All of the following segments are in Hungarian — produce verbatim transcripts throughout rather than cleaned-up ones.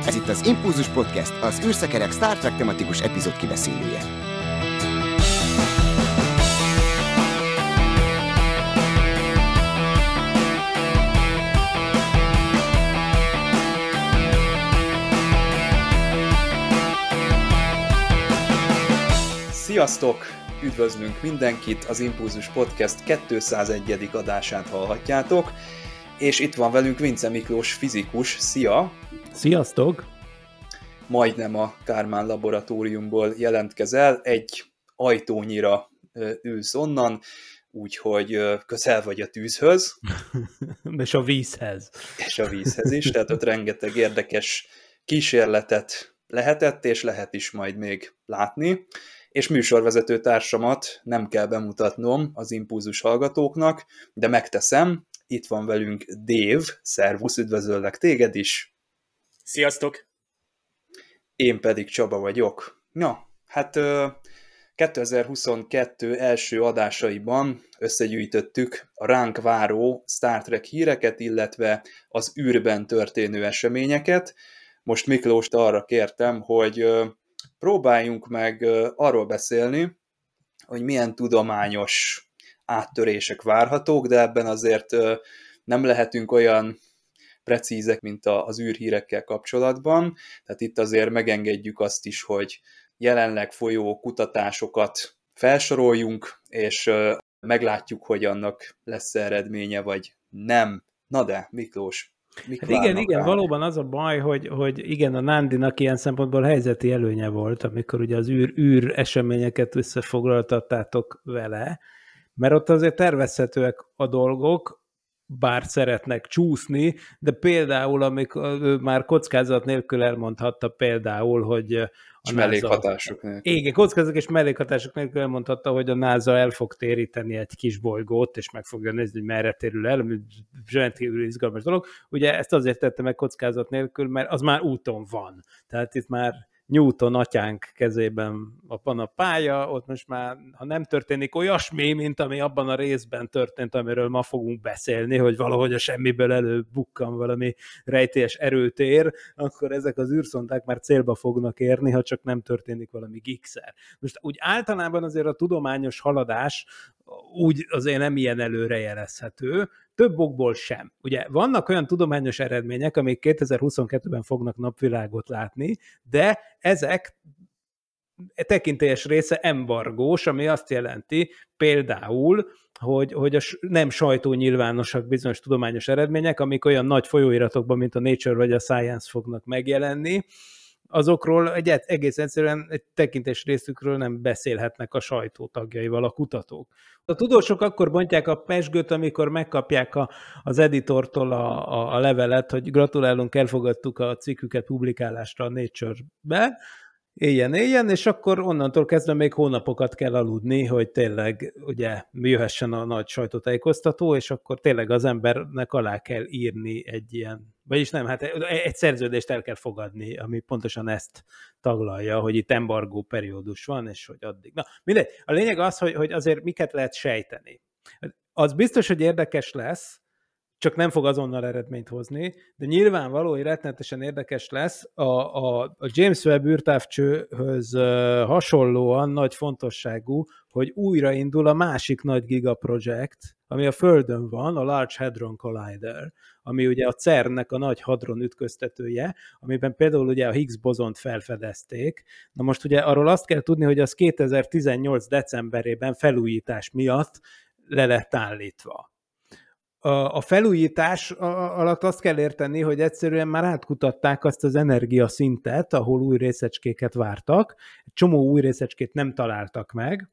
Ez itt az Impulzus Podcast, az űrszekerek Star Trek tematikus epizód kibeszélője. Sziasztok! Üdvözlünk mindenkit, az Impulzus Podcast kétszázegyedik adását hallhatjátok, és itt van velünk Vince Miklós fizikus. Szia! Sziasztok! Majdnem a Kármán laboratóriumból jelentkezel, egy ajtónyira ülsz onnan, úgyhogy közel vagy a tűzhöz. És a vízhez. És a vízhez is, tehát ott rengeteg érdekes kísérletet lehetett, és lehet is majd még látni. És műsorvezető társamat nem kell bemutatnom az Impulzus hallgatóknak, de megteszem, itt van velünk Dave, szervusz, üdvözöllek téged is. Sziasztok! Én pedig Csaba vagyok. Na, hát kétezer-huszonkettő első adásaiban összegyűjtöttük a ránk váró Star Trek híreket, illetve az űrben történő eseményeket. Most Miklóst arra kértem, hogy próbáljunk meg arról beszélni, hogy milyen tudományos áttörések várhatók, de ebben azért nem lehetünk olyan precízek, mint az űrhírekkel kapcsolatban. Tehát itt azért megengedjük azt is, hogy jelenleg folyó kutatásokat felsoroljunk, és meglátjuk, hogy annak lesz eredménye, vagy nem. Na de, Miklós, Hát igen, igen, rá? Valóban az a baj, hogy, hogy igen, a Nándinak ilyen szempontból helyzeti előnye volt, amikor ugye az űr, űr eseményeket összefoglaltattátok vele, mert ott azért tervezhetőek a dolgok, bár szeretnek csúszni, de például, amikor ő már kockázat nélkül elmondhatta például, hogy a és mellékhatások nélkül. Igen, kockázat és mellékhatások nélkül elmondhatta, hogy a NASA el fog téríteni egy kis bolygót, és meg fogja nézni, hogy merre térül el, ami rendkívül izgalmas dolog. Ugye ezt azért tette meg kockázat nélkül, mert az már úton van. Tehát itt már Newton atyánk kezében van a pálya, ott most már, ha nem történik olyasmi, mint ami abban a részben történt, amiről ma fogunk beszélni, hogy valahogy a semmiből előbukkan valami rejtélyes erőtér, akkor ezek az űrszondák már célba fognak érni, ha csak nem történik valami gigszer. Most úgy általában azért a tudományos haladás úgy azért nem ilyen előrejelezhető, több okból sem. Ugye vannak olyan tudományos eredmények, amik kétezer-huszonkettőben fognak napvilágot látni, de ezek tekintélyes része embargós, ami azt jelenti például, hogy, hogy a nem sajtónyilvánosak bizonyos tudományos eredmények, amik olyan nagy folyóiratokban, mint a Nature vagy a Science fognak megjelenni, azokról egy, egész egyszerűen egy tekintés részükről nem beszélhetnek a sajtó tagjaival a kutatók. A tudósok akkor bontják a pezsgőt, amikor megkapják a, az editortól a, a, a levelet, hogy gratulálunk, elfogadtuk a cikküket publikálásra a Nature-be, éljen, éljen, és akkor onnantól kezdve még hónapokat kell aludni, hogy tényleg ugye jöhessen a nagy sajtótájékoztató, és akkor tényleg az embernek alá kell írni egy ilyen, vagyis nem, hát egy szerződést el kell fogadni, ami pontosan ezt taglalja, hogy itt embargó periódus van, és hogy addig. Na, mindegy. A lényeg az, hogy, hogy azért miket lehet sejteni. Az biztos, hogy érdekes lesz, csak nem fog azonnal eredményt hozni, de nyilvánvaló, hogy rettenetesen érdekes lesz a, a, a James Webb űrtávcsőhöz hasonlóan nagy fontosságú, hogy újraindul a másik nagy gigaprojekt, ami a Földön van, a Large Hadron Collider, ami ugye a cérnek a nagy hadron ütköztetője, amiben például ugye a Higgs bozont felfedezték. Na most ugye arról azt kell tudni, hogy az kétezer-tizennyolc decemberében felújítás miatt le lett állítva. A felújítás alatt azt kell érteni, hogy egyszerűen már átkutatták azt az energiaszintet, ahol új részecskéket vártak. Egy csomó új részecskét nem találtak meg,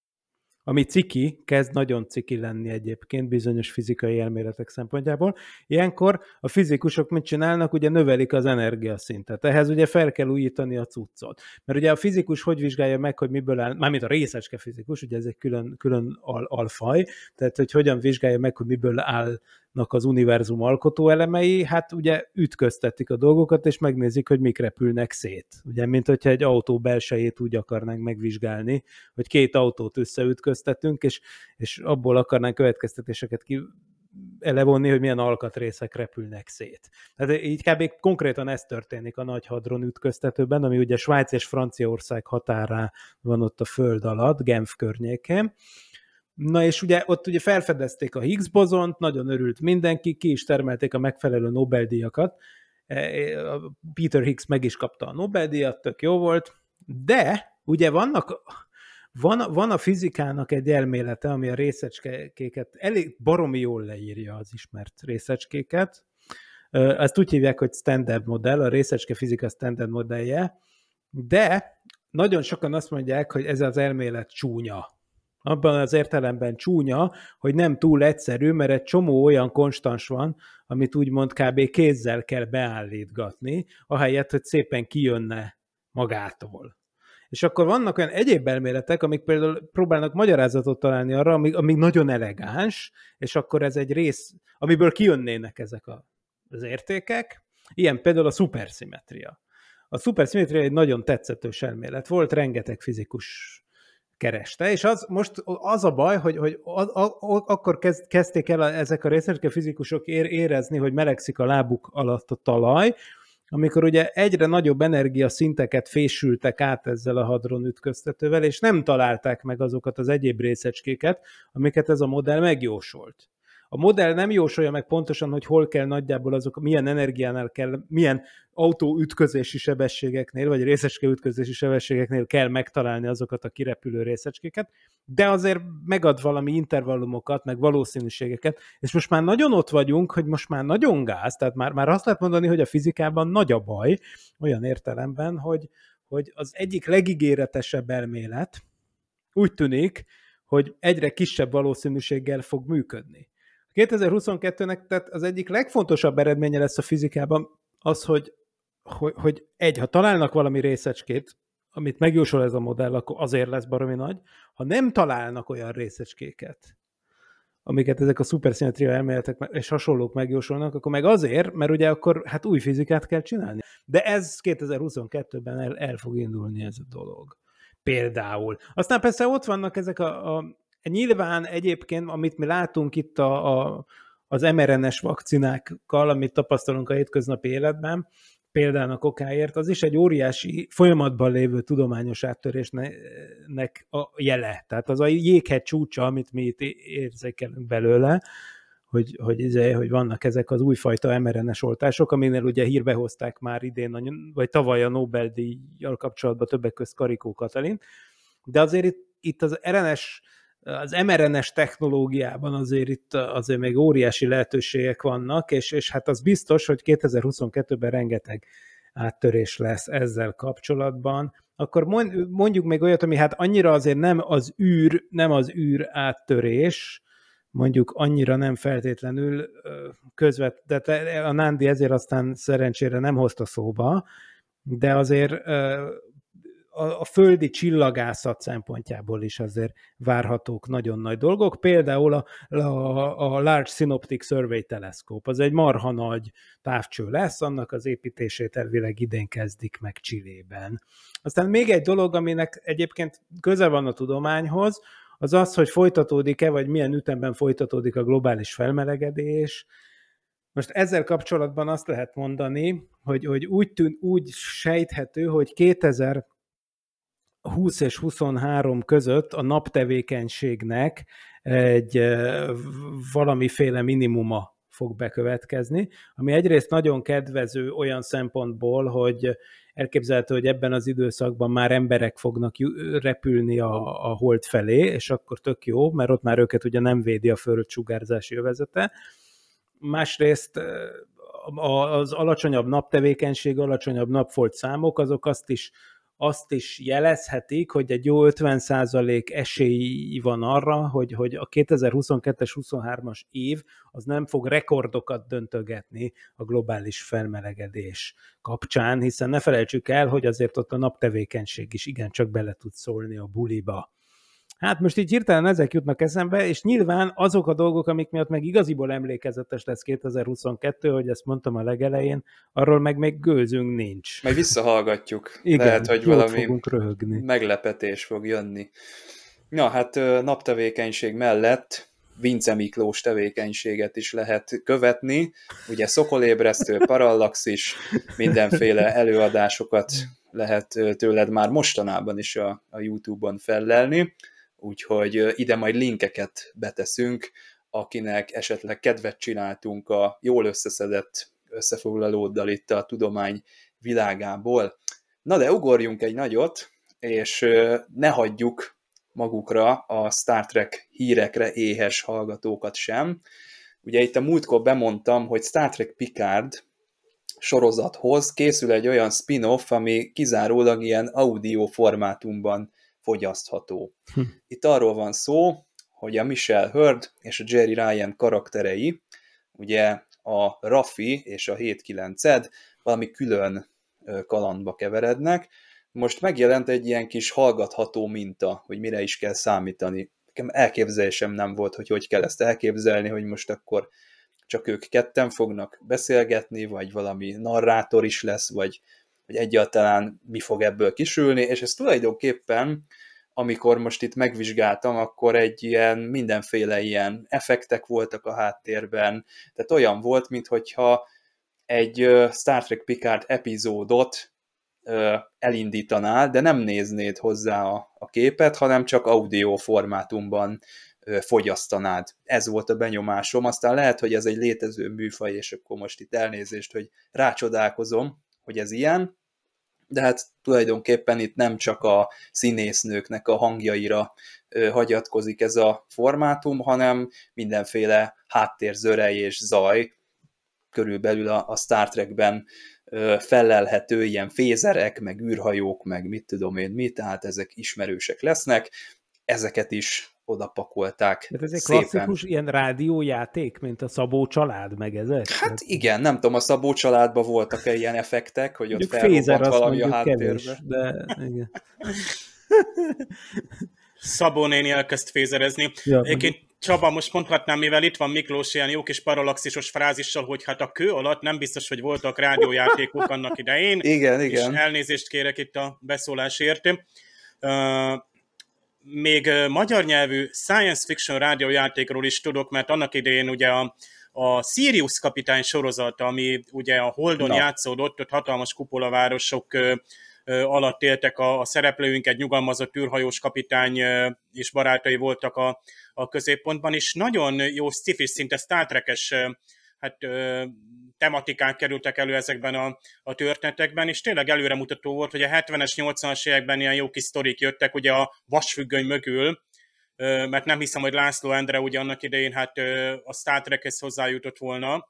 ami ciki, kezd nagyon ciki lenni egyébként bizonyos fizikai elméletek szempontjából. Ilyenkor a fizikusok mit csinálnak? Ugye növelik az energiaszintet. Ehhez ugye fel kell újítani a cuccot. Mert ugye a fizikus hogy vizsgálja meg, hogy miből áll, mármint a részecske fizikus, ugye ez egy külön, külön al, alfaj, tehát hogy hogyan vizsgálja meg, hogy miből állnak az univerzum alkotó elemei, hát ugye ütköztetik a dolgokat, és megnézik, hogy mik repülnek szét. Ugye, mint hogyha egy autó belsejét úgy akarnánk megvizsgálni, hogy két autót összeütköztetünk, és, és abból akarnánk következtetéseket ki levonni, hogy milyen alkatrészek repülnek szét. Tehát így kb. Konkrétan ez történik a nagy hadron ütköztetőben, ami ugye Svájc és Franciaország határán van ott a föld alatt, Genf környékén. Na és ugye ott ugye felfedezték a Higgs bozont, nagyon örült mindenki, ki is termelték a megfelelő Nobel-díjakat. Peter Higgs meg is kapta a Nobel-díjat, tök jó volt, de ugye vannak, van, van a fizikának egy elmélete, ami a részecskéket elég baromi jól leírja, az ismert részecskéket. Ezt úgy hívják, hogy standard modell, a részecske fizika standard modellje, de nagyon sokan azt mondják, hogy ez az elmélet csúnya. Abban az értelemben csúnya, hogy nem túl egyszerű, mert egy csomó olyan konstans van, amit úgymond kb. Kézzel kell beállítgatni, ahelyett, hogy szépen kijönne magától. És akkor vannak olyan egyéb elméletek, amik például próbálnak magyarázatot találni arra, amik, amik nagyon elegáns, és akkor ez egy rész, amiből kijönnének ezek a, az értékek. Ilyen például a szuperszimetria. A szuperszimetria egy nagyon tetszetős elmélet volt, rengeteg fizikus kereste, és az, most az a baj, hogy, hogy az, a, akkor kezd, kezdték el a, ezek a részecske fizikusok ér, érezni, hogy melegszik a lábuk alatt a talaj, amikor ugye egyre nagyobb energiaszinteket fésültek át ezzel a hadron ütköztetővel, és nem találták meg azokat az egyéb részecskéket, amiket ez a modell megjósolt. A modell nem jósolja meg pontosan, hogy hol kell nagyjából azok, milyen energiánál kell, milyen autóütközési sebességeknél, vagy részecske ütközési sebességeknél kell megtalálni azokat a kirepülő részecskéket, de azért megad valami intervallumokat, meg valószínűségeket, és most már nagyon ott vagyunk, hogy most már nagyon gáz, tehát már, már azt lehet mondani, hogy a fizikában nagy a baj, olyan értelemben, hogy, hogy az egyik legígéretesebb elmélet úgy tűnik, hogy egyre kisebb valószínűséggel fog működni. kétezer-huszonkettőnek tehát az egyik legfontosabb eredménye lesz a fizikában az, hogy, hogy, hogy egy, ha találnak valami részecskét, amit megjósol ez a modell, akkor azért lesz baromi nagy. Ha nem találnak olyan részecskéket, amiket ezek a szuperszimetria elméletek és hasonlók megjósolnak, akkor meg azért, mert ugye akkor hát új fizikát kell csinálni. De ez kétezer-huszonkettőben el, el fog indulni ez a dolog. Például. Aztán persze ott vannak ezek a, a nyilván egyébként, amit mi látunk itt a, a, az em er en es vakcinákkal, amit tapasztalunk a hétköznapi életben, például a kokáért, az is egy óriási folyamatban lévő tudományos áttörésnek a jele. Tehát az a jéghegy csúcsa, amit mi itt érzékelünk belőle, hogy, hogy, izé, hogy vannak ezek az újfajta em er en es oltások, aminél ugye hírbe hozták már idén, vagy tavaly a Nobel-díjjal kapcsolatban többek közt Karikó Katalint, de azért itt, itt az er en es az em er en es technológiában azért itt azért még óriási lehetőségek vannak, és, és hát az biztos, hogy kétezer-huszonkettőben rengeteg áttörés lesz ezzel kapcsolatban. Akkor mondjuk még olyat, ami hát annyira azért nem az űr, nem az űr áttörés, mondjuk annyira nem feltétlenül közvet, de a Nándi ezért aztán szerencsére nem hozta szóba, de azért a földi csillagászat szempontjából is azért várhatók nagyon nagy dolgok. Például a, a, a Large Synoptic Survey Telescope, az egy marha nagy távcső lesz, annak az építését elvileg idén kezdik meg Chilében. Aztán még egy dolog, aminek egyébként köze van a tudományhoz, az az, hogy folytatódik-e, vagy milyen ütemben folytatódik a globális felmelegedés. Most ezzel kapcsolatban azt lehet mondani, hogy, hogy úgy, tűn, úgy sejthető, hogy kétezer-húsz és huszonhárom között a naptevékenységnek egy valamiféle minimuma fog bekövetkezni, ami egyrészt nagyon kedvező olyan szempontból, hogy elképzelhető, hogy ebben az időszakban már emberek fognak repülni a, a hold felé, és akkor tök jó, mert ott már őket ugye nem védi a földsugárzási övezete. Másrészt az alacsonyabb naptevékenység, alacsonyabb napfolt számok, azok azt is, azt is jelezhetik, hogy egy jó ötven százalék esély van arra, hogy, hogy a kétezer-huszonkettes huszonhármas év az nem fog rekordokat döntögetni a globális felmelegedés kapcsán, hiszen ne felejtsük el, hogy azért ott a naptevékenység is igencsak bele tud szólni a buliba. Hát most így hirtelen ezek jutnak eszembe, és nyilván azok a dolgok, amik miatt meg igaziból emlékezetes lesz kétezer-huszonkettő, hogy ezt mondtam a legelején, arról meg még gőzünk nincs. Majd visszahallgatjuk. Igen, lehet, hogy valami röhögni. meglepetés fog jönni. Na, hát naptevékenység mellett Vince Miklós tevékenységet is lehet követni. Ugye Szokolébresztő, Parallaxis, mindenféle előadásokat lehet tőled már mostanában is a, a YouTube-on fellelni, úgyhogy ide majd linkeket beteszünk, akinek esetleg kedvet csináltunk a jól összeszedett összefoglalóddal itt a tudomány világából. Na de ugorjunk egy nagyot, és ne hagyjuk magukra a Star Trek hírekre éhes hallgatókat sem. Ugye itt a múltkor bemondtam, hogy Star Trek Picard sorozathoz készül egy olyan spin-off, ami kizárólag ilyen audio formátumban fogyasztható. Hm. Itt arról van szó, hogy a Michelle Hurd és a Jerry Ryan karakterei, ugye a Raffi és a hét kilenced valami külön kalandba keverednek. Most megjelent egy ilyen kis hallgatható minta, hogy mire is kell számítani. Elképzelésem nem volt, hogy hogy kell ezt elképzelni, hogy most akkor csak ők ketten fognak beszélgetni, vagy valami narrátor is lesz, vagy, vagy egyáltalán mi fog ebből kisülni, és ez tulajdonképpen, amikor most itt megvizsgáltam, akkor egy ilyen mindenféle ilyen effektek voltak a háttérben, tehát olyan volt, minthogyha egy Star Trek Picard epizódot elindítanál, de nem néznéd hozzá a, a képet, hanem csak audio formátumban fogyasztanád. Ez volt a benyomásom, aztán lehet, hogy ez egy létező műfaj, és akkor most itt elnézést, hogy rácsodálkozom, hogy ez ilyen, de hát tulajdonképpen itt nem csak a színésznőknek a hangjaira hagyatkozik ez a formátum, hanem mindenféle háttérzörej és zaj körülbelül a, a Star Trekben fellelhető ilyen fézerek, meg űrhajók, meg mit tudom én mi, tehát ezek ismerősek lesznek, ezeket is odapakolták. De ez egy szépen. Klasszikus ilyen rádiójáték, mint a Szabó család, meg ezek? Hát igen, nem tudom, a Szabó családban voltak-e ilyen effektek, hogy ott felrobbant valami a háttérbe. Kevés, de igen. Szabó néni elkezd fézerezni. Ja, egyébként Csaba, most mondhatnám, mivel itt van Miklós ilyen jó kis parallaxisos frázissal, hogy hát a kő alatt nem biztos, hogy voltak rádiójátékok annak idején. Igen, igen. És elnézést kérek itt a beszólásért. Uh, még magyar nyelvű science fiction rádiójátékról is tudok, mert annak idején ugye a, a Sirius kapitány sorozat, ami ugye a Holdon Na. játszódott, ott hatalmas kupolavárosok alatt éltek a, a szereplőink, egy nyugalmazott űrhajós kapitány és barátai voltak a, a középpontban, és nagyon jó sci-fi, szinte Star Trek-es hát, tematikák kerültek elő ezekben a, a történetekben, és tényleg előremutató volt, hogy a hetvenes, nyolcvanas években ilyen jó kis sztorik jöttek, ugye a vasfüggöny mögül, mert nem hiszem, hogy László Endre ugye annak idején hát a Star Trekhez hozzájutott volna,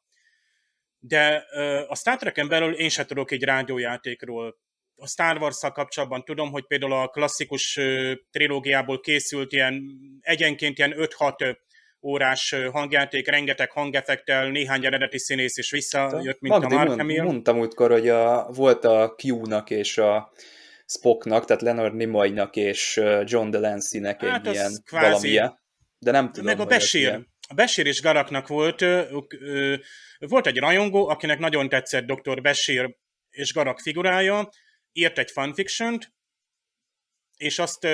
de a Star Treken belül én sem tudok egy rádiójátékról. A Star Wars-szal kapcsolatban tudom, hogy például a klasszikus trilógiából készült ilyen egyenként ilyen öt-hat órás hangjáték, rengeteg hangeffektel, néhány eredeti színész is visszajött, mint Magdi, a Mark Hamill. Mondtam útkor, hogy a, volt a Q-nak és a Spocknak, tehát Leonard Nimoynak és John Delancey-nek hát egy ilyen kvázi, valamilyen, de nem tudom. Meg a Bashir. A Bashir és Garaknak volt, volt egy rajongó, akinek nagyon tetszett doktor Bashir és Garak figurája, írt egy fanfiction-t, és azt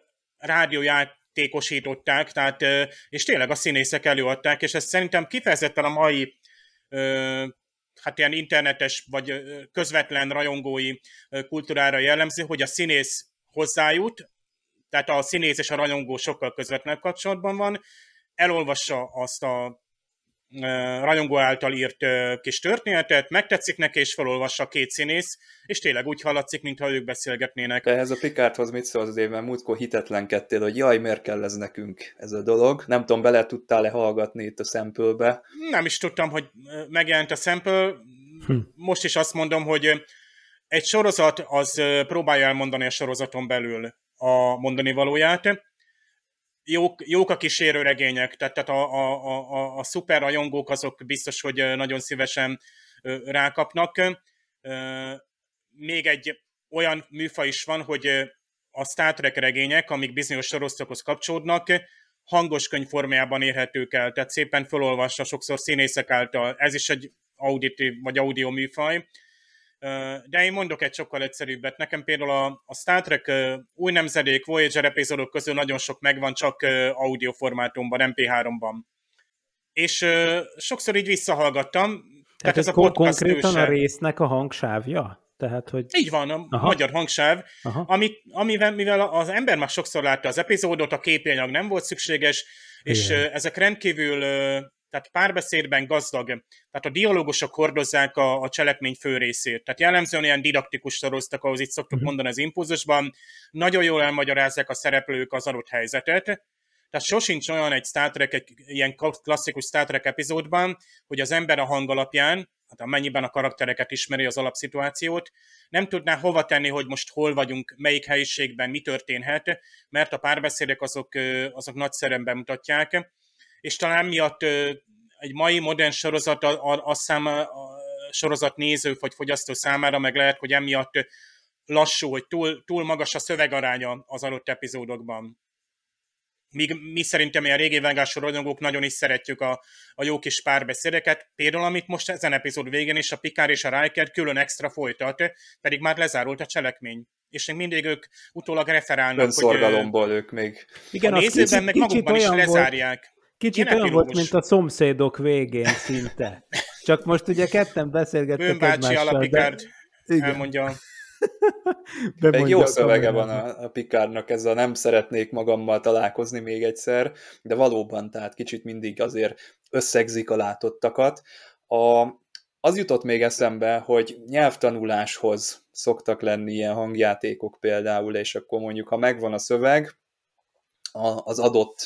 rádiójátékosították, tehát, és tényleg a színészek előadták, és ez szerintem kifejezetten a mai hát ilyen internetes vagy közvetlen rajongói kultúrára jellemző, hogy a színész hozzájut, tehát a színész és a rajongó sokkal közvetlenebb kapcsolatban van, elolvassa azt a rajongó által írt kis történetet, megtetszik neki, és felolvassa két színész, és tényleg úgy hallatszik, mintha ők beszélgetnének. De ehhez a Picardhoz mit szólsz az évben? Múltkor hitetlenkedtél, hogy jaj, miért kell ez nekünk ez a dolog? Nem tudom, bele tudtál-e hallgatni itt a sample-be? Nem is tudtam, hogy megjelent a sample. Hm. Most is azt mondom, hogy egy sorozat az próbálja elmondani a sorozaton belül a mondani valóját. Jók, jók a kísérő regények, tehát, tehát a, a, a, a szuper rajongók azok biztos, hogy nagyon szívesen rákapnak. Még egy olyan műfaj is van, hogy a Star Trek regények, amik bizonyos sorozatokhoz kapcsolódnak, hangos könyv formájában érhetők el, tehát szépen felolvassa sokszor színészek által. Ez is egy auditív vagy audio műfaj. De én mondok egy sokkal egyszerűbbet. Nekem például a, a Star Trek új nemzedék Voyager epizódok közül nagyon sok megvan, csak audio formátumban, em pé háromban. És sokszor így visszahallgattam. Tehát, Tehát ez ez a podcast konkrétan őse. A résznek a hangsávja? Tehát, hogy... Így van, a Aha. magyar hangsáv, ami, amivel, mivel az ember már sokszor látta az epizódot, a képanyag nem volt szükséges, és igen. ezek rendkívül, tehát párbeszédben gazdag, tehát a dialógusok hordozzák a, a cselekmény fő részét. Tehát jellemzően ilyen didaktikus soroztak, ahhoz itt szoktuk uh-huh. mondani az impulzusban, nagyon jól elmagyarázzák a szereplők az adott helyzetet. Tehát sosincs olyan egy Star Trek, egy ilyen klasszikus Star Trek epizódban, hogy az ember a hang alapján, hát amennyiben a karaktereket ismeri, az alapszituációt, nem tudná hova tenni, hogy most hol vagyunk, melyik helyiségben, mi történhet, mert a párbeszédek azok, azok nagyszerűen bemutatják, és talán miatt egy mai modern sorozat, a, a, szám, a sorozat néző vagy fogyasztó számára meg lehet, hogy emiatt lassú, hogy túl, túl magas a szövegaránya az adott epizódokban. Míg mi szerintem ilyen régi vágású rajongók nagyon is szeretjük a, a jó kis párbeszédeket. Például, amit most ezen epizód végén is a Picard és a Riker külön extra folytat, pedig már lezárult a cselekmény. És még mindig ők utólag referálnak. Önszorgalomból ők még. Igen, a nézőben kicsit, meg magukban is lezárják. Volt, kicsit ilyen olyan volt, mint a Szomszédok végén szinte. Csak most ugye ketten beszélgettek egymással. Bőn bácsi a Picard elmondja... Egy jó szövege van a, a Picardnak, ez a nem szeretnék magammal találkozni még egyszer, de valóban, tehát kicsit mindig azért összegzik a látottakat. A, az jutott még eszembe, hogy nyelvtanuláshoz szoktak lenni ilyen hangjátékok például, és akkor mondjuk, ha megvan a szöveg a, az adott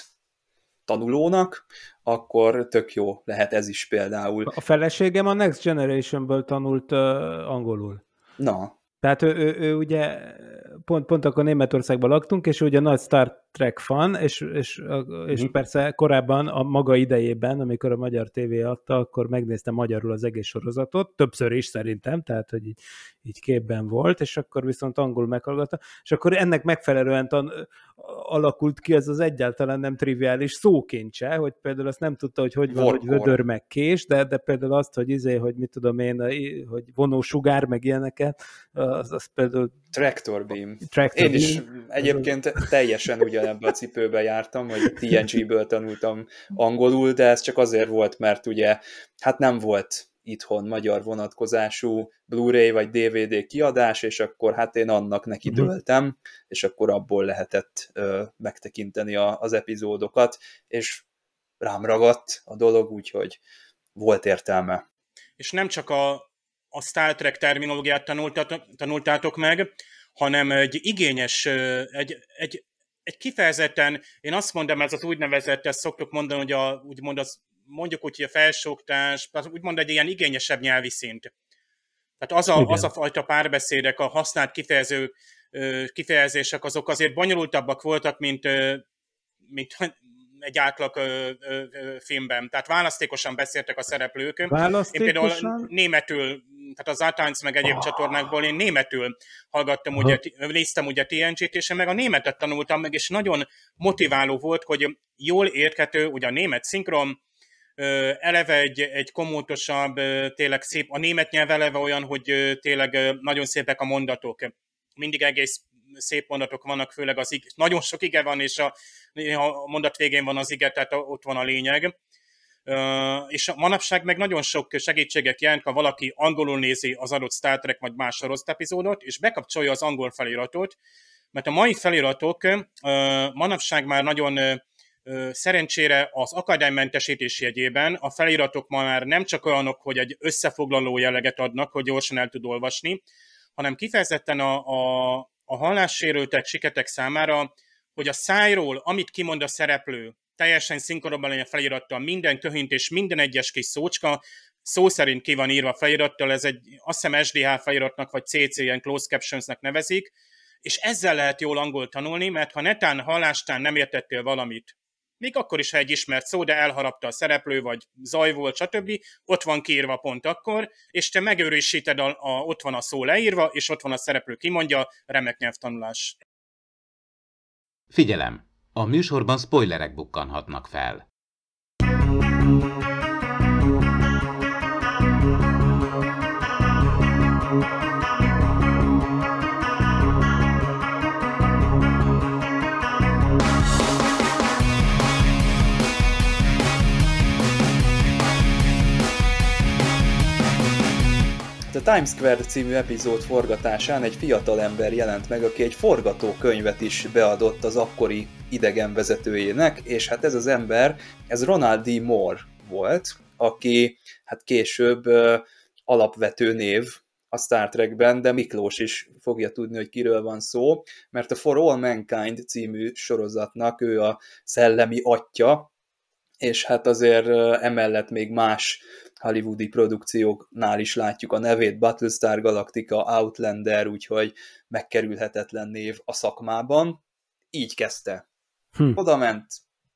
tanulónak, akkor tök jó lehet ez is például. A feleségem a Next Generationből tanult uh, angolul. Na. Tehát ő, ő, ő ugye pont, pont akkor Németországban laktunk, és ugye nagy Star Trek fan, és, és, és mm. persze korábban a maga idejében, amikor a Magyar tévé adta, akkor megnéztem magyarul az egész sorozatot, többször is szerintem, tehát hogy így, így képben volt, és akkor viszont angolul meghallgatta, és akkor ennek megfelelően tan- alakult ki az az egyáltalán nem triviális szókincse, hogy például azt nem tudta, hogy hogy van, Vorkor. Hogy vödör meg kés, de, de például azt, hogy izé, hogy mit tudom én, hogy vonósugár meg ilyeneket, az, az például... Tractor beam. Tractor én is beam. egyébként teljesen ugyanebben a cipőben jártam, hogy té en gé-ből tanultam angolul, de ez csak azért volt, mert ugye hát nem volt itthon magyar vonatkozású Blu-ray vagy dé vé dé kiadás, és akkor hát én annak neki dőltem, uh-huh. és akkor abból lehetett ö, megtekinteni a, az epizódokat, és rám ragadt a dolog, úgyhogy volt értelme. És nem csak a, a Star Trek terminológiát tanultatok, tanultátok meg, hanem egy igényes, egy, egy, egy kifejezetten, én azt mondom, ez az úgynevezett, ezt szoktuk mondani, hogy a, úgymond az, mondjuk úgy, hogy a felsőoktatás, úgymond egy ilyen igényesebb nyelvi szint. Tehát az a, az a fajta párbeszédek, a használt kifejező, kifejezések, azok azért bonyolultabbak voltak, mint, mint egy átlag ö, ö, ö, filmben. Tehát választékosan beszéltek a szereplők. Én például németül, tehát az iTunes meg egyéb oh. csatornákból én németül hallgattam, ugye, néztem ugye té en gét, és én meg a németet tanultam meg, és nagyon motiváló volt, hogy jól érthető, ugye a német szinkron, eleve egy, egy komótosabb, tényleg szép, a német nyelv eleve olyan, hogy tényleg nagyon szépek a mondatok. Mindig egész szép mondatok vannak, főleg az ige, nagyon sok ige van, és a, a mondat végén van az ige, tehát ott van a lényeg. És a manapság meg nagyon sok segítséget jelent, ha valaki angolul nézi az adott Star Trek vagy más sorozat epizódot, és bekapcsolja az angol feliratot, mert a mai feliratok manapság már nagyon szerencsére az akadálymentesítés jegyében a feliratok ma már nem csak olyanok, hogy egy összefoglaló jelleget adnak, hogy gyorsan el tud olvasni, hanem kifejezetten a, a, a hallássérültek, siketek számára, hogy a szájról, amit kimond a szereplő, teljesen szinkronban legyen felirattal, minden köhintés, minden egyes kis szócska, szó szerint ki van írva felirattal, ez egy, azt hiszem es dé há feliratnak, vagy cé cé, ilyen closed captionsnak nevezik, és ezzel lehet jól angol tanulni, mert ha netán hallástán nem értettél valamit, még akkor is, ha egy ismert szó, de elharapta a szereplő, vagy zaj volt, stb., ott van kiírva pont akkor, és te megőrizíted, a, a, ott van a szó leírva, és ott van a szereplő kimondja, remek nyelvtanulás. Figyelem! A műsorban spoilerek bukkanhatnak fel. A Times Square című epizód forgatásán egy fiatalember jelent meg, aki egy forgatókönyvet is beadott az akkori idegenvezetőjének, és hát ez az ember, ez Ronald D. Moore volt, aki hát később uh, alapvető név a Star Trekben, de Miklós is fogja tudni, hogy kiről van szó, mert a For All Mankind című sorozatnak ő a szellemi atya, és hát azért uh, emellett még más hollywoodi produkcióknál is látjuk a nevét, Battlestar Galactica, Outlander, úgyhogy megkerülhetetlen név a szakmában. Így kezdte. Hm. Oda ment,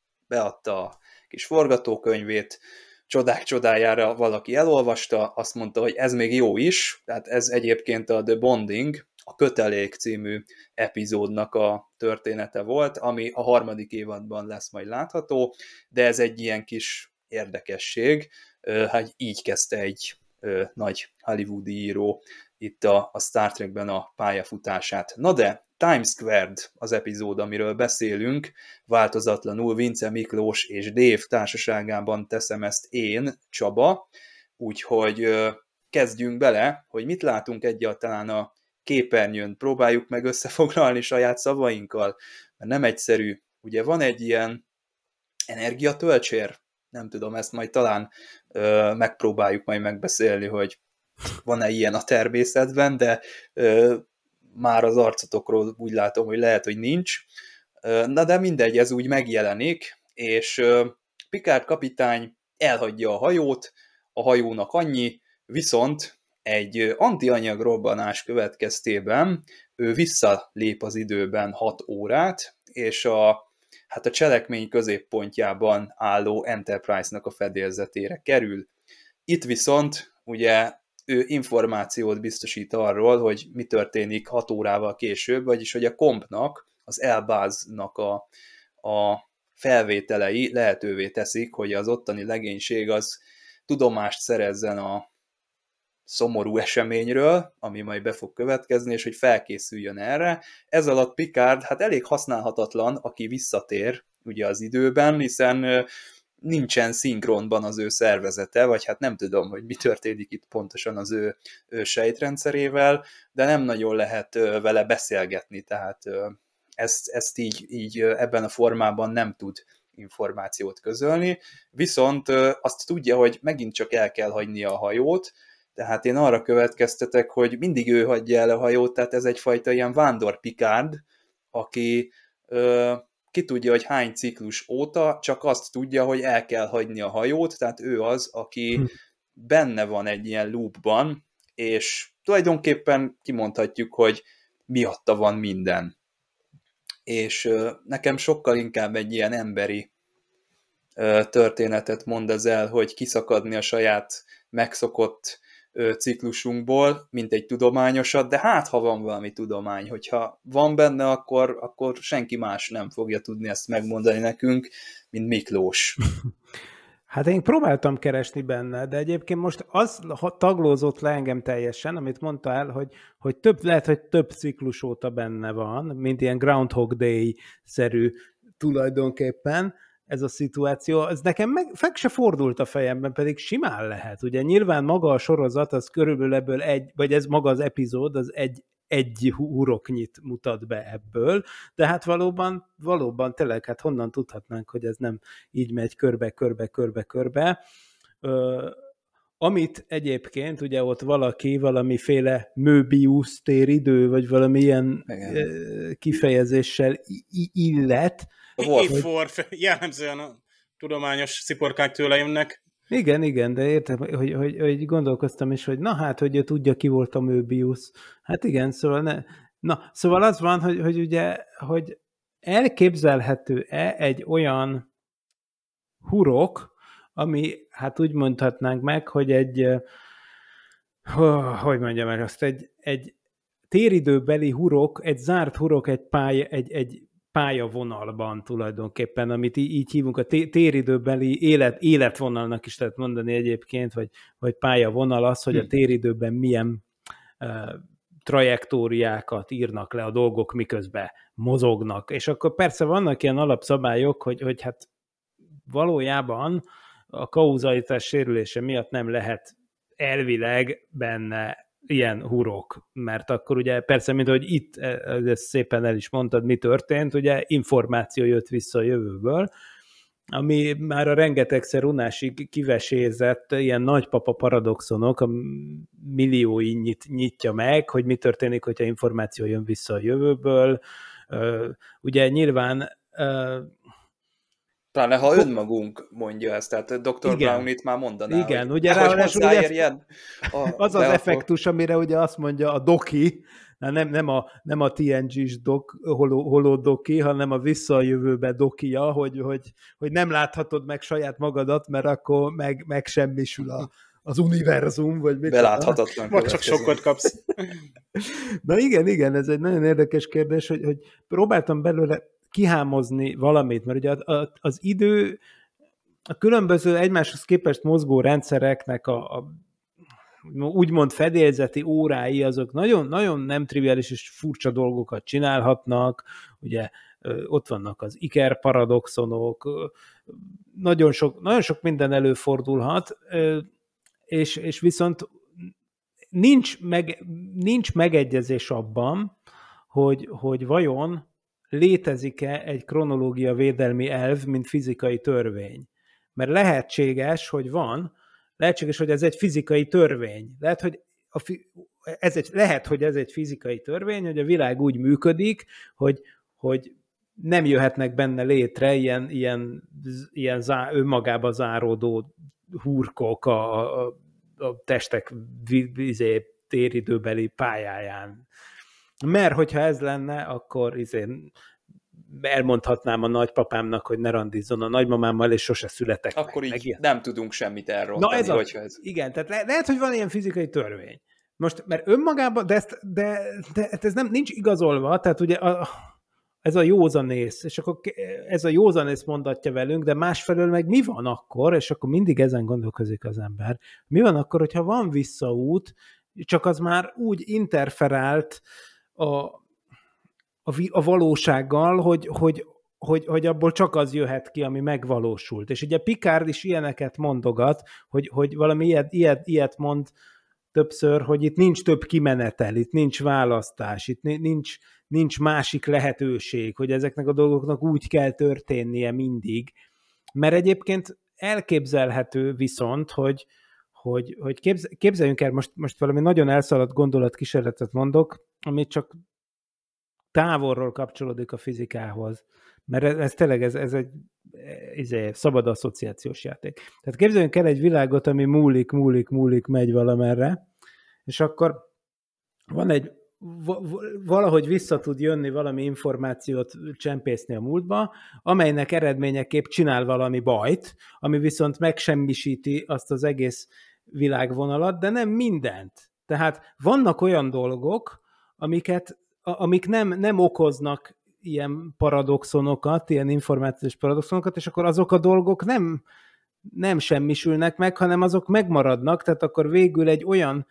beadta a kis forgatókönyvét, csodák csodájára valaki elolvasta, azt mondta, hogy ez még jó is, tehát ez egyébként a The Bonding, a Kötelék című epizódnak a története volt, ami a harmadik évadban lesz majd látható, de ez egy ilyen kis érdekesség, hát így kezdte egy nagy hollywoodi író itt a, a Star Trekben a pályafutását. Na de Times Squared az epizód, amiről beszélünk, változatlanul Vince Miklós és Dave társaságában teszem ezt én, Csaba, úgyhogy kezdjünk bele, hogy mit látunk egyáltalán a képernyőn, próbáljuk meg összefoglalni saját szavainkkal, mert nem egyszerű. Ugye van egy ilyen energiatölcsér, nem tudom, ezt majd talán ö, megpróbáljuk majd megbeszélni, hogy van-e ilyen a természetben, de ö, már az arcotokról úgy látom, hogy lehet, hogy nincs. Ö, na de mindegy, ez úgy megjelenik, és ö, Picard kapitány elhagyja a hajót, a hajónak annyi, viszont egy antianyag robbanás következtében ő visszalép az időben hat órát, és a hát a cselekmény középpontjában álló Enterprise-nak a fedélzetére kerül. Itt viszont ugye ő információt biztosít arról, hogy mi történik hat órával később, vagyis hogy a kompnak, az Elbaznak a, a felvételei lehetővé teszik, hogy az ottani legénység az tudomást szerezzen a szomorú eseményről, ami majd be fog következni, és hogy felkészüljön erre. Ez alatt Picard hát elég használhatatlan, aki visszatér ugye az időben, hiszen nincsen szinkronban az ő szervezete, vagy hát nem tudom, hogy mi történik itt pontosan az ő, ő sejtrendszerével, de nem nagyon lehet vele beszélgetni, tehát ezt, ezt így, így ebben a formában nem tud információt közölni, viszont azt tudja, hogy megint csak el kell hagynia a hajót, tehát én arra következtetek, hogy mindig ő hagyja el a hajót, tehát ez egyfajta ilyen vándor Picard, aki ö, ki tudja, hogy hány ciklus óta, csak azt tudja, hogy el kell hagyni a hajót, tehát ő az, aki hm. benne van egy ilyen loopban, és tulajdonképpen kimondhatjuk, hogy miatta van minden. És ö, nekem sokkal inkább egy ilyen emberi ö, történetet mond ez el, hogy kiszakadni a saját megszokott ciklusunkból, mint egy tudományosat, de hát, ha van valami tudomány, hogyha van benne, akkor, akkor senki más nem fogja tudni ezt megmondani nekünk, mint Miklós. Hát én próbáltam keresni benne, de egyébként most az taglózott le engem teljesen, amit mondtál, hogy, hogy több, lehet, hogy több ciklus óta benne van, mint ilyen Groundhog Day-szerű tulajdonképpen, ez a szituáció, ez nekem meg, meg se fordult a fejemben, pedig simán lehet. Ugye nyilván maga a sorozat, az körülbelül ebből egy, vagy ez maga az epizód, az egy, egy huroknyit mutat be ebből, de hát valóban, valóban tényleg, hát honnan tudhatnánk, hogy ez nem így megy körbe, körbe, körbe, körbe. Ö, amit egyébként, ugye ott valaki valamiféle Möbius téridő, vagy valami ilyen Igen. kifejezéssel illet, Évfor, jellemzően a tudományos sziporkák tőle jönnek. Igen, igen, de értem, hogy, hogy, hogy gondolkoztam is, hogy na hát, hogy tudja, ki volt a Möbius. Hát igen, szóval ne. Na, szóval az van, hogy, hogy ugye, hogy elképzelhető-e egy olyan hurok, ami, hát úgy mondhatnánk meg, hogy egy, hogy mondjam el azt, egy, egy téridőbeli hurok, egy zárt hurok, egy pálya, egy, egy pályavonalban tulajdonképpen, amit így, így hívunk, a téridőbeli élet, életvonalnak is lehet mondani egyébként, vagy, vagy pályavonal az, hogy a téridőben milyen uh, trajektóriákat írnak le a dolgok, miközben mozognak. És akkor persze vannak ilyen alapszabályok, hogy, hogy hát valójában a kauzalitás sérülése miatt nem lehet elvileg benne ilyen hurok, mert akkor ugye persze, mint hogy itt, ezt szépen el is mondtad, mi történt, ugye információ jött vissza a jövőből, ami már a rengetegszer unásig kivesézett ilyen nagypapa paradoxonok, a milliói nyit, nyitja meg, hogy mi történik, hogyha információ jön vissza a jövőből. Ugye nyilván pláne ha önmagunk mondja ezt, tehát doktor Brown itt már mondaná, igen, hogy ugye hogy hozzáérjen. Az az beakor... effektus, amire ugye azt mondja a doki, nem, nem a, nem a té en gés dok, holo, holodoki, hanem a vissza a jövőbe dokia, hogy, hogy, hogy nem láthatod meg saját magadat, mert akkor meg, megsemmisül a, az univerzum, vagy mit. Beláthatatlan. Vagy csak sokat kapsz. Na igen, igen, ez egy nagyon érdekes kérdés, hogy, hogy próbáltam belőle kihámozni valamit, mert ugye az idő, a különböző egymáshoz képest mozgó rendszereknek a, a úgymond fedélzeti órái, azok nagyon, nagyon nem triviális és furcsa dolgokat csinálhatnak, ugye ott vannak az Iker paradoxonok, nagyon sok, nagyon sok minden előfordulhat, és, és viszont nincs, meg, nincs megegyezés abban, hogy, hogy vajon létezik-e egy kronológia védelmi elv, mint fizikai törvény. Mert lehetséges, hogy van, lehetséges, hogy ez egy fizikai törvény. Lehet, hogy, a fi, ez egy, lehet, hogy ez egy fizikai törvény, hogy a világ úgy működik, hogy, hogy nem jöhetnek benne létre ilyen, ilyen, ilyen zá, önmagába záródó hurkok a, a, a testek izé, téridőbeli pályáján. Mert hogyha ez lenne, akkor izé, elmondhatnám a nagypapámnak, hogy ne randizzon a nagymamámmal, és sose születek akkor meg. Akkor így meg nem tudunk semmit erről. Na ez, a, ez igen, tehát le, lehet, hogy van ilyen fizikai törvény. Most, mert önmagában, de, ezt, de, de ez nem, nincs igazolva, tehát ugye a, ez a józanész, és akkor ez a józanész mondatja velünk, de másfelől meg mi van akkor, és akkor mindig ezen gondolkozik az ember, mi van akkor, hogyha van visszaút, csak az már úgy interferált a, a, a valósággal, hogy, hogy, hogy, hogy abból csak az jöhet ki, ami megvalósult. És ugye Picard is ilyeneket mondogat, hogy, hogy valami ilyet, ilyet, ilyet mond többször, hogy itt nincs több kimenetel, itt nincs választás, itt nincs, nincs másik lehetőség, hogy ezeknek a dolgoknak úgy kell történnie mindig. Mert egyébként elképzelhető viszont, hogy, hogy, hogy képz, képzeljünk el, most, most valami nagyon elszaladt gondolatkísérletet mondok, amit csak távolról kapcsolódik a fizikához. Mert ez, ez tényleg ez, ez egy ez szabad asszociációs játék. Tehát képzeljünk el egy világot, ami múlik, múlik, múlik, megy valamerre, és akkor van egy, valahogy vissza tud jönni valami információt csempészni a múltba, amelynek eredményeképp csinál valami bajt, ami viszont megsemmisíti azt az egész világvonalat, de nem mindent. Tehát vannak olyan dolgok, amiket, amik nem, nem okoznak ilyen paradoxonokat, ilyen információs paradoxonokat, és akkor azok a dolgok nem, nem semmisülnek meg, hanem azok megmaradnak, tehát akkor végül egy olyan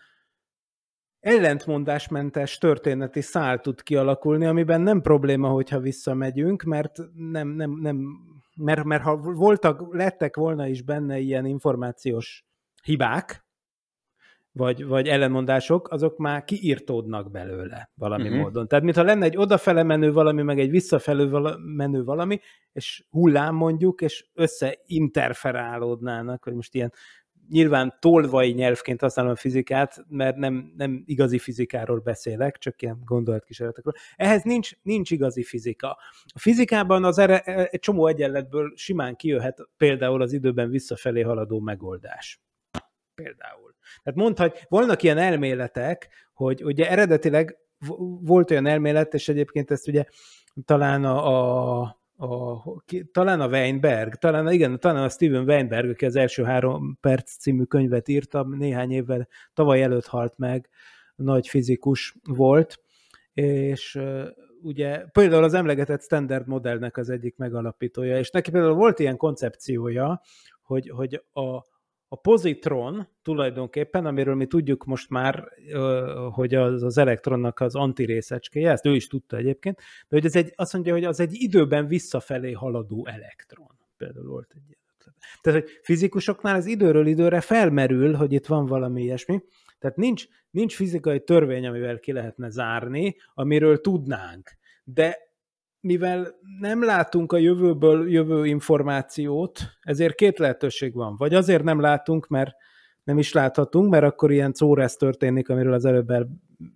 ellentmondásmentes történeti szál tud kialakulni, amiben nem probléma, hogyha visszamegyünk, mert, nem, nem, nem, mert, mert ha voltak, lettek volna is benne ilyen információs hibák, vagy, vagy ellenmondások, azok már kiírtódnak belőle valami uh-huh. módon. Tehát mintha lenne egy odafele menő valami, meg egy visszafelé menő valami, és hullám mondjuk, és összeinterferálódnának, hogy most ilyen nyilván tolvai nyelvként használom a fizikát, mert nem, nem igazi fizikáról beszélek, csak ilyen gondolatkísérletekről. Ehhez nincs, nincs igazi fizika. A fizikában az ere, egy csomó egyenletből simán kijöhet például az időben visszafelé haladó megoldás. Például. Tehát mondhatj, vannak ilyen elméletek, hogy ugye eredetileg volt olyan elmélet, és egyébként ezt ugye talán a, a A, talán a Weinberg, talán, igen, talán a Steven Weinberg, aki az első három perc című könyvet írta, néhány évvel tavaly előtt halt meg, nagy fizikus volt, és uh, ugye például az emlegetett standard modellnek az egyik megalapítója, és neki például volt ilyen koncepciója, hogy, hogy a A pozitron tulajdonképpen, amiről mi tudjuk most már, hogy az, az elektronnak az antirészecskéje, ezt ő is tudta egyébként, de hogy ez egy, azt mondja, hogy az egy időben visszafelé haladó elektron. Például volt egy ilyen Tehát, hogy fizikusoknál ez időről időre felmerül, hogy itt van valami ilyesmi. Tehát nincs, nincs fizikai törvény, amivel ki lehetne zárni, amiről tudnánk. De mivel nem látunk a jövőből jövő információt, ezért két lehetőség van. Vagy azért nem látunk, mert nem is láthatunk, mert akkor ilyen szóresz történik, amiről az előbb el,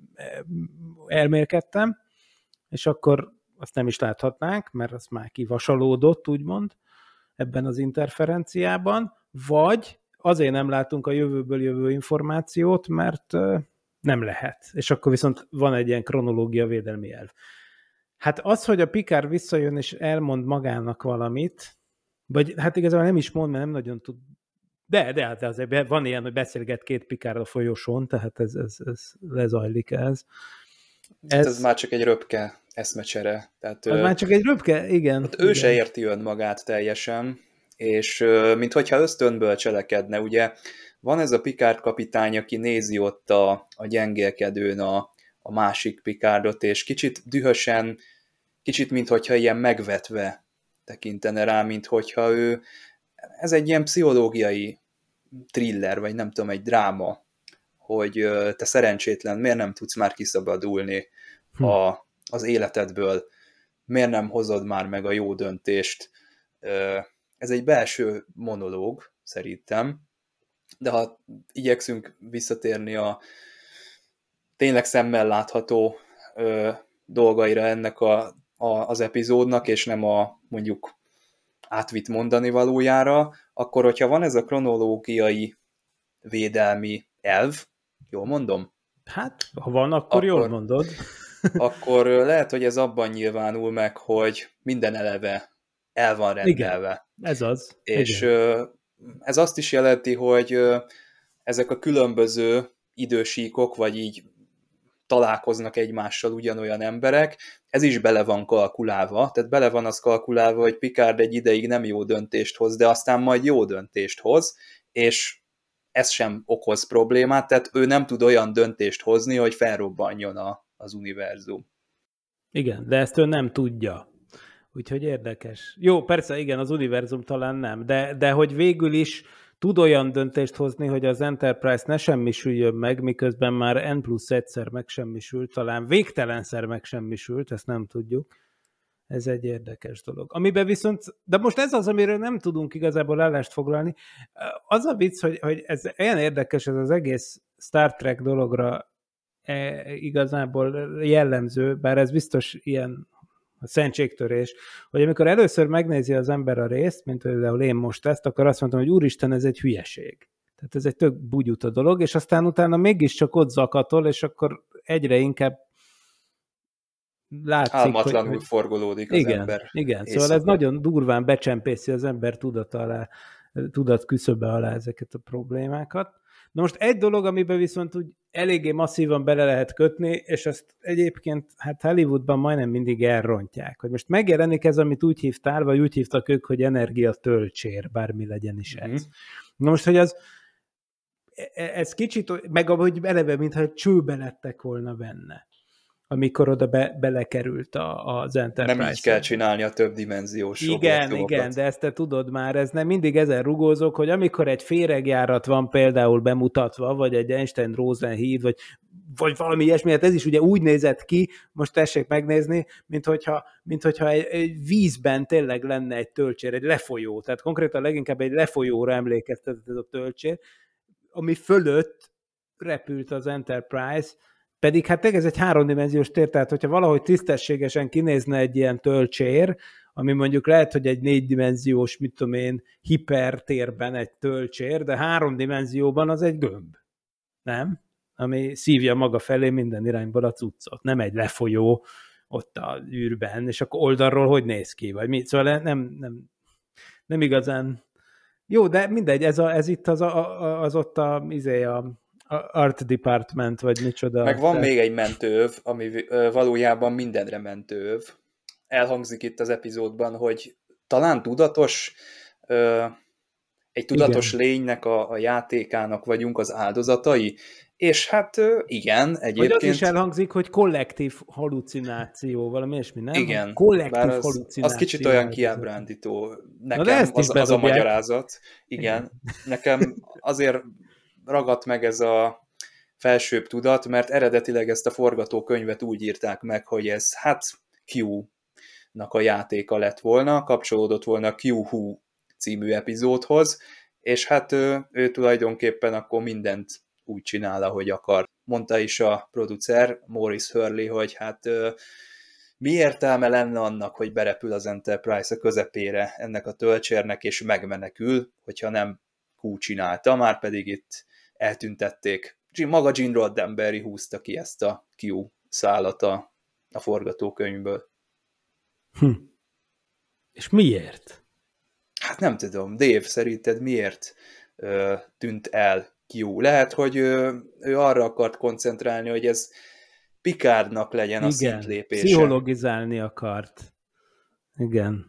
elmélkedtem, és akkor azt nem is láthatnánk, mert az már kivasalódott, úgymond, ebben az interferenciában, vagy azért nem látunk a jövőből jövő információt, mert nem lehet. És akkor viszont van egy ilyen kronológia védelmi elv. Hát az, hogy a Picard visszajön és elmond magának valamit, vagy hát igazából nem is mond, mert nem nagyon tud, de, de hát azért van ilyen, hogy beszélget két Picard a folyosón, tehát ez, ez, ez lezajlik ez. Ez, ez már csak egy röpke eszmecsere. Tehát, az ő, már csak egy röpke, igen. Hát igen. Ő se érti önmagát teljesen, és minthogyha ösztönből cselekedne, ugye van ez a Picard kapitány, aki nézi ott a, a gyengélkedőn a, a másik Picardot, és kicsit dühösen, kicsit minthogyha ilyen megvetve tekintene rá, minthogyha ő, ez egy ilyen pszichológiai thriller, vagy nem tudom, egy dráma, hogy te szerencsétlen, miért nem tudsz már kiszabadulni hm. a, az életedből, miért nem hozod már meg a jó döntést. Ez egy belső monológ, szerintem, de ha igyekszünk visszatérni a tényleg szemmel látható ö, dolgaira ennek a, a, az epizódnak, és nem a mondjuk átvitt mondani valójára, akkor hogyha van ez a kronológiai védelmi elv, jól mondom? Hát, ha van, akkor, akkor jól mondod. Akkor lehet, hogy ez abban nyilvánul meg, hogy minden eleve el van rendelve. Igen, ez az. És igen. Ez azt is jelenti, hogy ezek a különböző idősíkok, vagy így találkoznak egymással ugyanolyan emberek, ez is bele van kalkulálva, tehát bele van az kalkulálva, hogy Picard egy ideig nem jó döntést hoz, de aztán majd jó döntést hoz, és ez sem okoz problémát, tehát ő nem tud olyan döntést hozni, hogy felrobbanjon a, az univerzum. Igen, de ezt ő nem tudja. Úgyhogy érdekes. Jó, persze, igen, az univerzum talán nem, de, de hogy végül is tud olyan döntést hozni, hogy az Enterprise ne semmisüljön meg, miközben már N plusz egyszer megsemmisült, talán végtelenszer megsemmisült, ezt nem tudjuk. Ez egy érdekes dolog. Amiben viszont, de most ez az, amiről nem tudunk igazából állást foglalni. Az a vicc, hogy, hogy ez olyan érdekes, ez az egész Star Trek dologra e, igazából jellemző, bár ez biztos ilyen a szentségtörés, hogy amikor először megnézi az ember a részt, mint például én most ezt, akkor azt mondtam, hogy úristen, ez egy hülyeség. Tehát ez egy tök bugyuta dolog, és aztán utána mégiscsak ott zakatol, és akkor egyre inkább látszik, álmatlanul hogy, forgolódik az igen, ember. Igen, éjszaka. Szóval ez nagyon durván becsempészi az ember tudat alá, tudat küszöbe alá ezeket a problémákat. Na most egy dolog, amiben viszont úgy eléggé masszívan bele lehet kötni, és ezt egyébként hát Hollywoodban majdnem mindig elrontják, hogy most megjelenik ez, amit úgy hívtál, vagy úgy hívtak ők, hogy energiatölcsér, bármi legyen is ez. Mm. Na most, hogy az ez kicsit, meg ahogy eleve, mintha csőbe lettek volna benne, amikor oda be, belekerült a, az Enterprise. Nem így kell csinálni a többdimenziós Igen, igen, de ezt te tudod már, ez nem mindig ezen rugózok, hogy amikor egy féregjárat van például bemutatva, vagy egy Einstein-Rosen híd, vagy, vagy valami ilyesmi, hát ez is ugye úgy nézett ki, most tessék megnézni, mint hogyha, mint hogyha egy, egy vízben tényleg lenne egy tölcsér, egy lefolyó, tehát konkrétan leginkább egy lefolyóra emlékeztetett ez a tölcsér, ami fölött repült az Enterprise, pedig hát ez egy háromdimenziós tér, tehát hogyha valahogy tisztességesen kinézne egy ilyen tölcsér, ami mondjuk lehet, hogy egy négydimenziós, mit tudom én, hipertérben egy tölcsér, de háromdimenzióban az egy gömb. Nem? Ami szívja maga felé minden irányból a cuccot. Nem egy lefolyó ott a űrben, és akkor oldalról hogy néz ki, vagy mi? Szóval nem, nem, nem igazán... Jó, de mindegy, ez, a, ez itt az, a, az ott a, izé a Art Department, vagy micsoda. Meg van te... még egy mentőöv, ami valójában mindenre mentőöv. Elhangzik itt az epizódban, hogy talán tudatos, egy tudatos Igen. lénynek a, a játékának vagyunk az áldozatai, És hát igen, egyébként... Vagy az is elhangzik, hogy kollektív halucináció, valami ilyesmi, nem? Igen, kollektív bár az, halucináció. az kicsit olyan kiábrándító. Nekem az, az, az a magyarázat. Igen. Igen. Nekem azért ragadt meg ez a felsőbb tudat, mert eredetileg ezt a forgatókönyvet úgy írták meg, hogy ez hát Q-nak a játéka lett volna, kapcsolódott volna a Q-Who című epizódhoz, és hát ő, ő tulajdonképpen akkor mindent úgy csinál, ahogy akar. Mondta is a producer, Maurice Hurley, hogy hát mi értelme lenne annak, hogy berepül az Enterprise a közepére ennek a töltsérnek, és megmenekül, hogyha nem Q csinálta, már pedig itt eltüntették. Maga Gene Roddenberry húzta ki ezt a Q szálat a, a forgatókönyvből. Hm. És miért? Hát nem tudom, Dave, szerinted miért ö, tűnt el Q? Lehet, hogy ö, ő arra akart koncentrálni, hogy ez Picardnak legyen Igen, a szintlépése. Pszichologizálni akart. Igen.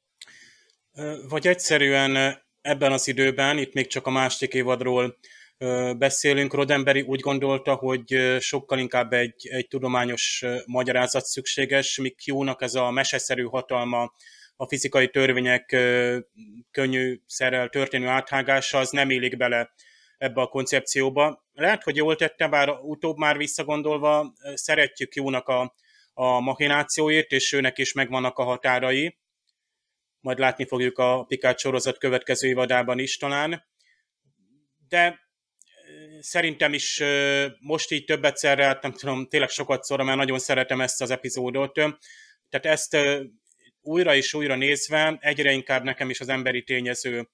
Vagy egyszerűen ebben az időben, itt még csak a második évadról beszélünk, Roddenberry úgy gondolta, hogy sokkal inkább egy, egy tudományos magyarázat szükséges, míg Q-nak ez a meseszerű hatalma, a fizikai törvények könnyű szerrel történő áthágása, az nem élik bele ebbe a koncepcióba. Lehet, hogy jól tette, bár utóbb már visszagondolva szeretjük Q-nak a, a machinációit, és őnek is megvannak a határai. Majd látni fogjuk a Picard sorozat következő évadában is talán. De szerintem is most így több egyszerre, hát nem tudom, tényleg sokat szóra, mert nagyon szeretem ezt az epizódot. Tehát ezt újra és újra nézve egyre inkább nekem is az emberi tényező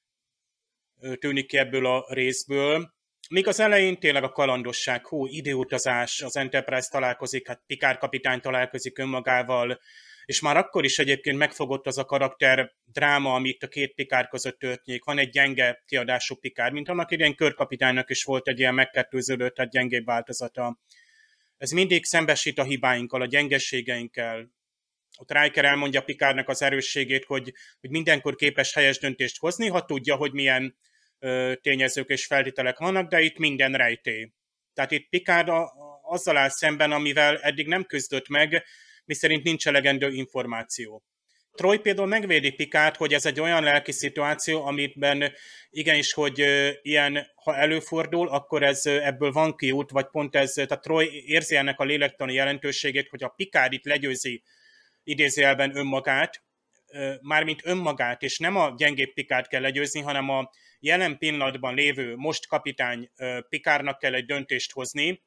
tűnik ki ebből a részből. Míg az elején tényleg a kalandosság, hú, időutazás, az Enterprise találkozik, hát Picard kapitány találkozik önmagával, és már akkor is egyébként megfogott az a karakter dráma, amit a két Picard között történik. Van egy gyenge kiadású Picard, mint annak idején Kirk kapitánynak is volt egy ilyen megkettőződött, tehát gyengébb változata. Ez mindig szembesít a hibáinkkal, a gyengességeinkkel. Ott Riker elmondja Picardnak az erősségét, hogy, hogy mindenkor képes helyes döntést hozni, ha tudja, hogy milyen ö, tényezők és feltételek vannak, de itt minden rejtély. Tehát itt Picard a, azzal áll szemben, amivel eddig nem küzdött meg, miszerint nincs elegendő információ. Troy például megvédi Picard, hogy ez egy olyan lelki szituáció, amiben igenis, hogy ö, ilyen, ha előfordul, akkor ez ö, ebből van kiút, vagy pont ez, tehát Troy érzi ennek a lélektani jelentőségét, hogy a Picard itt legyőzi idézőjelben önmagát, mármint önmagát, és nem a gyengébb Picard kell legyőzni, hanem a jelen pillanatban lévő most kapitány Picardnak kell egy döntést hozni,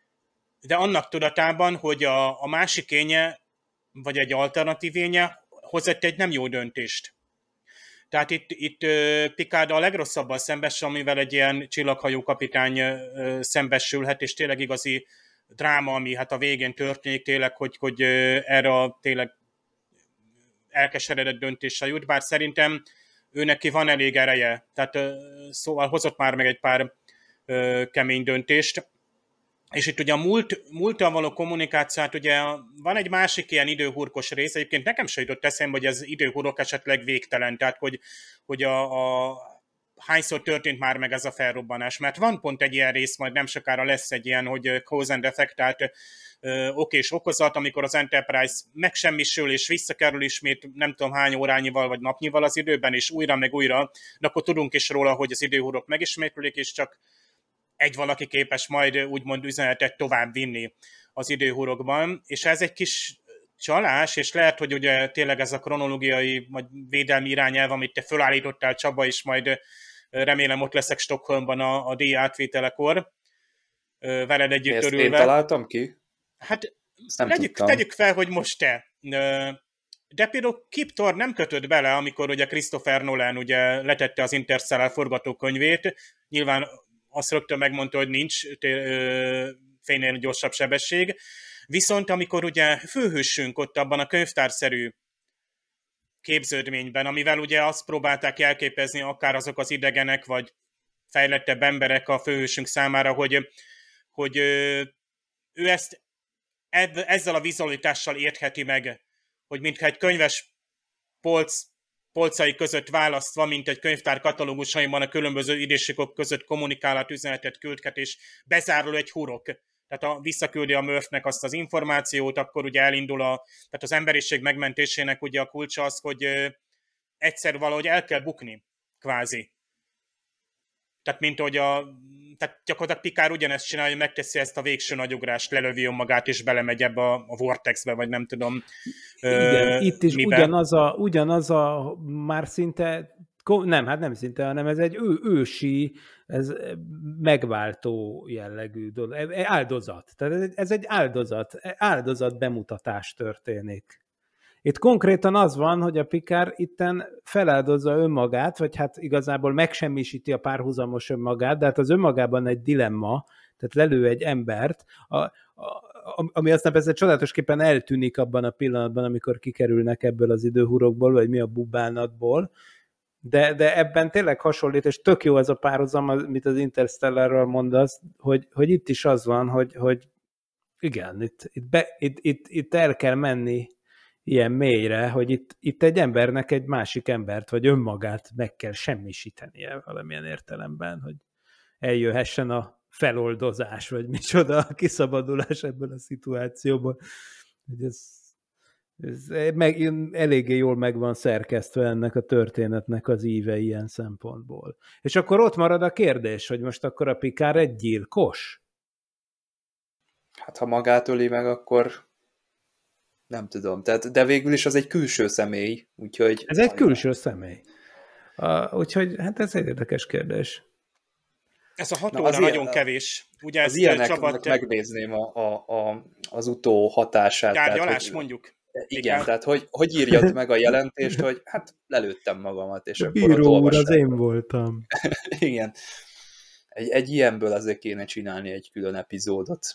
de annak tudatában, hogy a, a másik énje, vagy egy alternatív énje hozott egy nem jó döntést. Tehát itt, itt Picard a legrosszabban szembesül, amivel egy ilyen csillaghajó kapitány szembesülhet, és tényleg igazi dráma, ami hát a végén történik tényleg, hogy, hogy erre a tényleg elkeseredett döntéssel jut, bár szerintem ő neki van elég ereje, tehát szóval hozott már meg egy pár kemény döntést, és itt ugye a múlt, múlttal való kommunikációt, ugye van egy másik ilyen időhurkos rész, egyébként nekem se jutott eszembe, hogy az időhurok esetleg végtelen, tehát hogy, hogy a, a hányszor történt már meg ez a felrobbanás, mert van pont egy ilyen rész, majd nem sokára lesz egy ilyen, hogy cause and effect, tehát ok és okozat, amikor az Enterprise megsemmisül és visszakerül ismét nem tudom hány órányival vagy napnyival az időben, és újra meg újra, de akkor tudunk is róla, hogy az időhurok megismétlik, és csak egy valaki képes majd úgymond üzenetet tovább vinni az időhurokban, és ez egy kis csalás, és lehet, hogy ugye tényleg ez a kronológiai vagy védelmi irányelv, amit te fölállítottál, Csaba, és majd remélem ott leszek Stockholmban a, a díj átvételekor, veled együtt Ezt örülve. Én találtam ki? Hát tegyük, tegyük fel, hogy most te. De például Kip Thorne nem kötött bele, amikor ugye Christopher Nolan ugye letette az Interstellar forgatókönyvét. Nyilván azt rögtön megmondta, hogy nincs fénynél gyorsabb sebesség. Viszont amikor ugye főhősünk ott abban a könyvtárszerű képződményben, amivel ugye azt próbálták elképezni akár azok az idegenek, vagy fejlettebb emberek a főhősünk számára, hogy, hogy ő ezt ezzel a vizualitással értheti meg, hogy mintha egy könyves polc polcai között választva, mint egy könyvtár katalógusaiban a különböző időségok között kommunikálhat, üzenetet küldhet, és bezárul egy hurok. Tehát a, visszaküldi a Murphnek azt az információt, akkor ugye elindul a, tehát az emberiség megmentésének ugye a kulcsa az, hogy ö, egyszer valahogy el kell bukni, kvázi. Tehát mint hogy a, tehát gyakorlatilag Picard ugyanezt csinálja, hogy megteszi ezt a végső nagyugrást, lelövi önmagát, és belemegy ebbe a, a vortexbe, vagy nem tudom. Igen, ö, itt is mibe. ugyanaz a, ugyanaz a már szinte, nem, hát nem szinte, hanem ez egy ő, ősi, ez megváltó jellegű dolog, áldozat. Tehát ez egy, ez egy áldozat, áldozat bemutatás történik. Itt konkrétan az van, hogy a Picard itten feláldozza önmagát, vagy hát igazából megsemmisíti a párhuzamos önmagát, de hát az önmagában egy dilemma, tehát lelő egy embert, a, a, ami aztán persze csodálatosképpen eltűnik abban a pillanatban, amikor kikerülnek ebből az időhurokból, vagy mi a bubánatból, de, de ebben tényleg hasonlít, és tök jó ez a párhuzam, amit az Interstellarról mondasz, hogy, hogy itt is az van, hogy, hogy igen, itt, itt, be, itt, itt, itt el kell menni ilyen mélyre, hogy itt, itt egy embernek egy másik embert, vagy önmagát meg kell semmisítenie valamilyen értelemben, hogy eljöhessen a feloldozás, vagy micsoda a kiszabadulás ebből a szituációból. Ez, ez meg, eléggé jól meg van szerkesztve ennek a történetnek az íve ilyen szempontból. És akkor ott marad a kérdés, hogy most akkor a Picard egy gyilkos? Hát ha magát öli meg, akkor nem tudom. Tehát, de végül is az egy külső személy, úgyhogy... Ez egy külső személy. Uh, úgyhogy hát ez egy érdekes kérdés. Ez a hat Na, óra az nagyon ilyen, kevés. Ugye az ilyeneknek megnézném a, a, a, az utó hatását. Tárgyalás, tehát, hogy, mondjuk. Igen, Igen. tehát hogy, hogy írjad meg a jelentést, hogy hát lelőttem magamat, és a akkor ott bíró úr, az olvassák. én voltam. Igen. Egy, egy ilyenből azért kéne csinálni egy külön epizódot.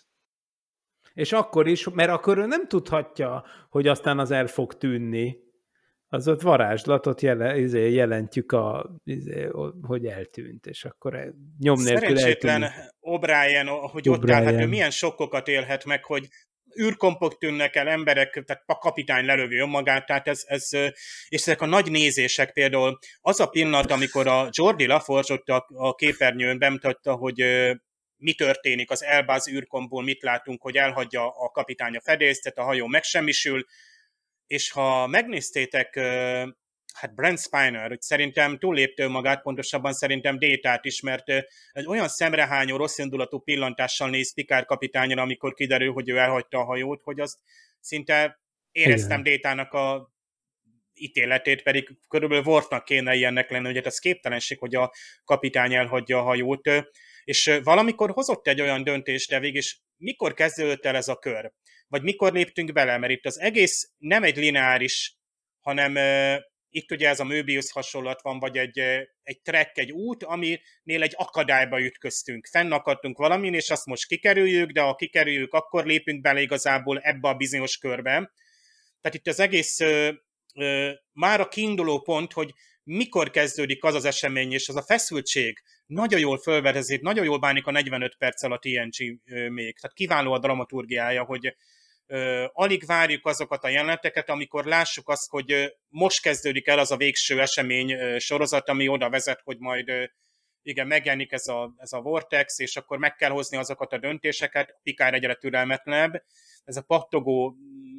És akkor is, mert akkor ő nem tudhatja, hogy aztán az el fog tűnni. Az ott varázslatot jelen, jelentjük, a, hogy eltűnt, és akkor nyom nélkül Szerencsétlen eltűnik. O'Brien, hogy ott áll, hát ő milyen sokkokat élhet meg, hogy űrkompok tűnnek el, emberek, tehát a kapitány lelövi önmagát, tehát ez, ez, és ezek a nagy nézések például, az a pillanat, amikor a Geordi LaForge ott a, a képernyőn bemutatta, hogy mi történik az Elbaz űrkompból, mit látunk, hogy elhagyja a kapitány a fedélzetet, a hajó megsemmisül, és ha megnéztétek, hát Brent Spiner, hogy szerintem túllépte magát, pontosabban szerintem Détát is, mert egy olyan szemrehányó, rosszindulatú pillantással néz Picard kapitányra, amikor kiderül, hogy ő elhagyta a hajót, hogy azt szinte éreztem Détának a ítéletét, pedig körülbelül Worfnak kéne ilyennek lenni, hogy hát az képtelenség, hogy a kapitány elhagyja a hajót, és valamikor hozott egy olyan döntést, de végig is mikor kezdődött el ez a kör? Vagy mikor léptünk bele? Mert itt az egész nem egy lineáris, hanem uh, itt ugye ez a Möbius hasonlat van, vagy egy, uh, egy track, egy út, aminél egy akadályba ütköztünk. Fennakadtunk valamin, és azt most kikerüljük, de ha kikerüljük, akkor lépünk bele igazából ebbe a bizonyos körbe. Tehát itt az egész uh, uh, már a kiinduló pont, hogy mikor kezdődik az az esemény, és az a feszültség nagyon jól fölvezezik, nagyon jól bánik a negyvenöt perc alatt té en gé még. Tehát kiváló a dramaturgiája, hogy uh, alig várjuk azokat a jeleneteket, amikor lássuk azt, hogy uh, most kezdődik el az a végső esemény uh, sorozat, ami oda vezet, hogy majd uh, igen, megjelenik ez a, ez a vortex, és akkor meg kell hozni azokat a döntéseket. Picard egyre türelmetlenebb. Ez a pattogó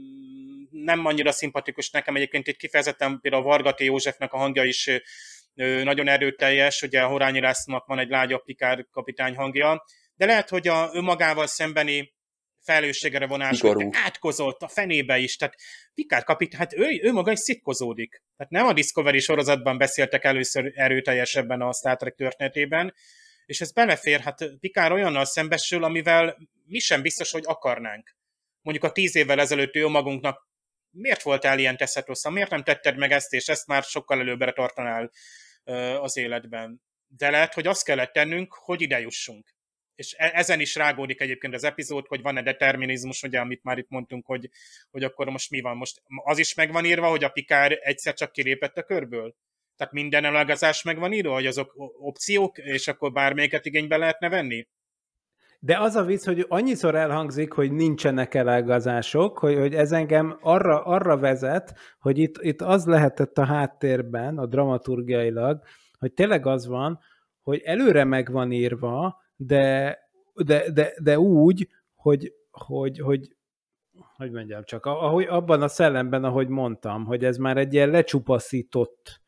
nem annyira szimpatikus nekem, egyébként itt kifejezetten például a Varga T. Józsefnek a hangja is nagyon erőteljes, ugye a Horányi Lászlónak van egy lágyabb Picard kapitány hangja, de lehet, hogy a önmagával szembeni felelősségre vonás, hogy átkozott a fenébe is, tehát Picard kapitány, hát ő, ő maga is szitkozódik. Tehát nem a Discovery sorozatban beszéltek először erőteljesebben a Star Trek történetében, és ez belefér, hát Picard olyannal szembesül, amivel mi sem biztos, hogy akarnánk. Mondjuk a tíz évvel ezelőtt ő magunknak miért voltál ilyen teszetosza, miért nem tetted meg ezt, és ezt már sokkal előbbre tartanál az életben. De lehet, hogy azt kellett tennünk, hogy ide jussunk. És ezen is rágódik egyébként az epizód, hogy van-e determinizmus, ugye, amit már itt mondtunk, hogy, hogy akkor most mi van. Most az is meg van írva, hogy a Picard egyszer csak kilépett a körből? Tehát minden elagazás meg van írva, hogy azok opciók, és akkor bármelyiket igénybe lehetne venni? De az a vicc, hogy annyiszor elhangzik, hogy nincsenek elágazások, hogy, hogy ez engem arra, arra vezet, hogy itt, itt az lehetett a háttérben, a dramaturgiailag, hogy tényleg az van, hogy előre meg van írva, de, de, de, de úgy, hogy, hogy, hogy hogy mondjam csak, ahogy, abban a szellemben, ahogy mondtam, hogy ez már egy ilyen lecsupaszított,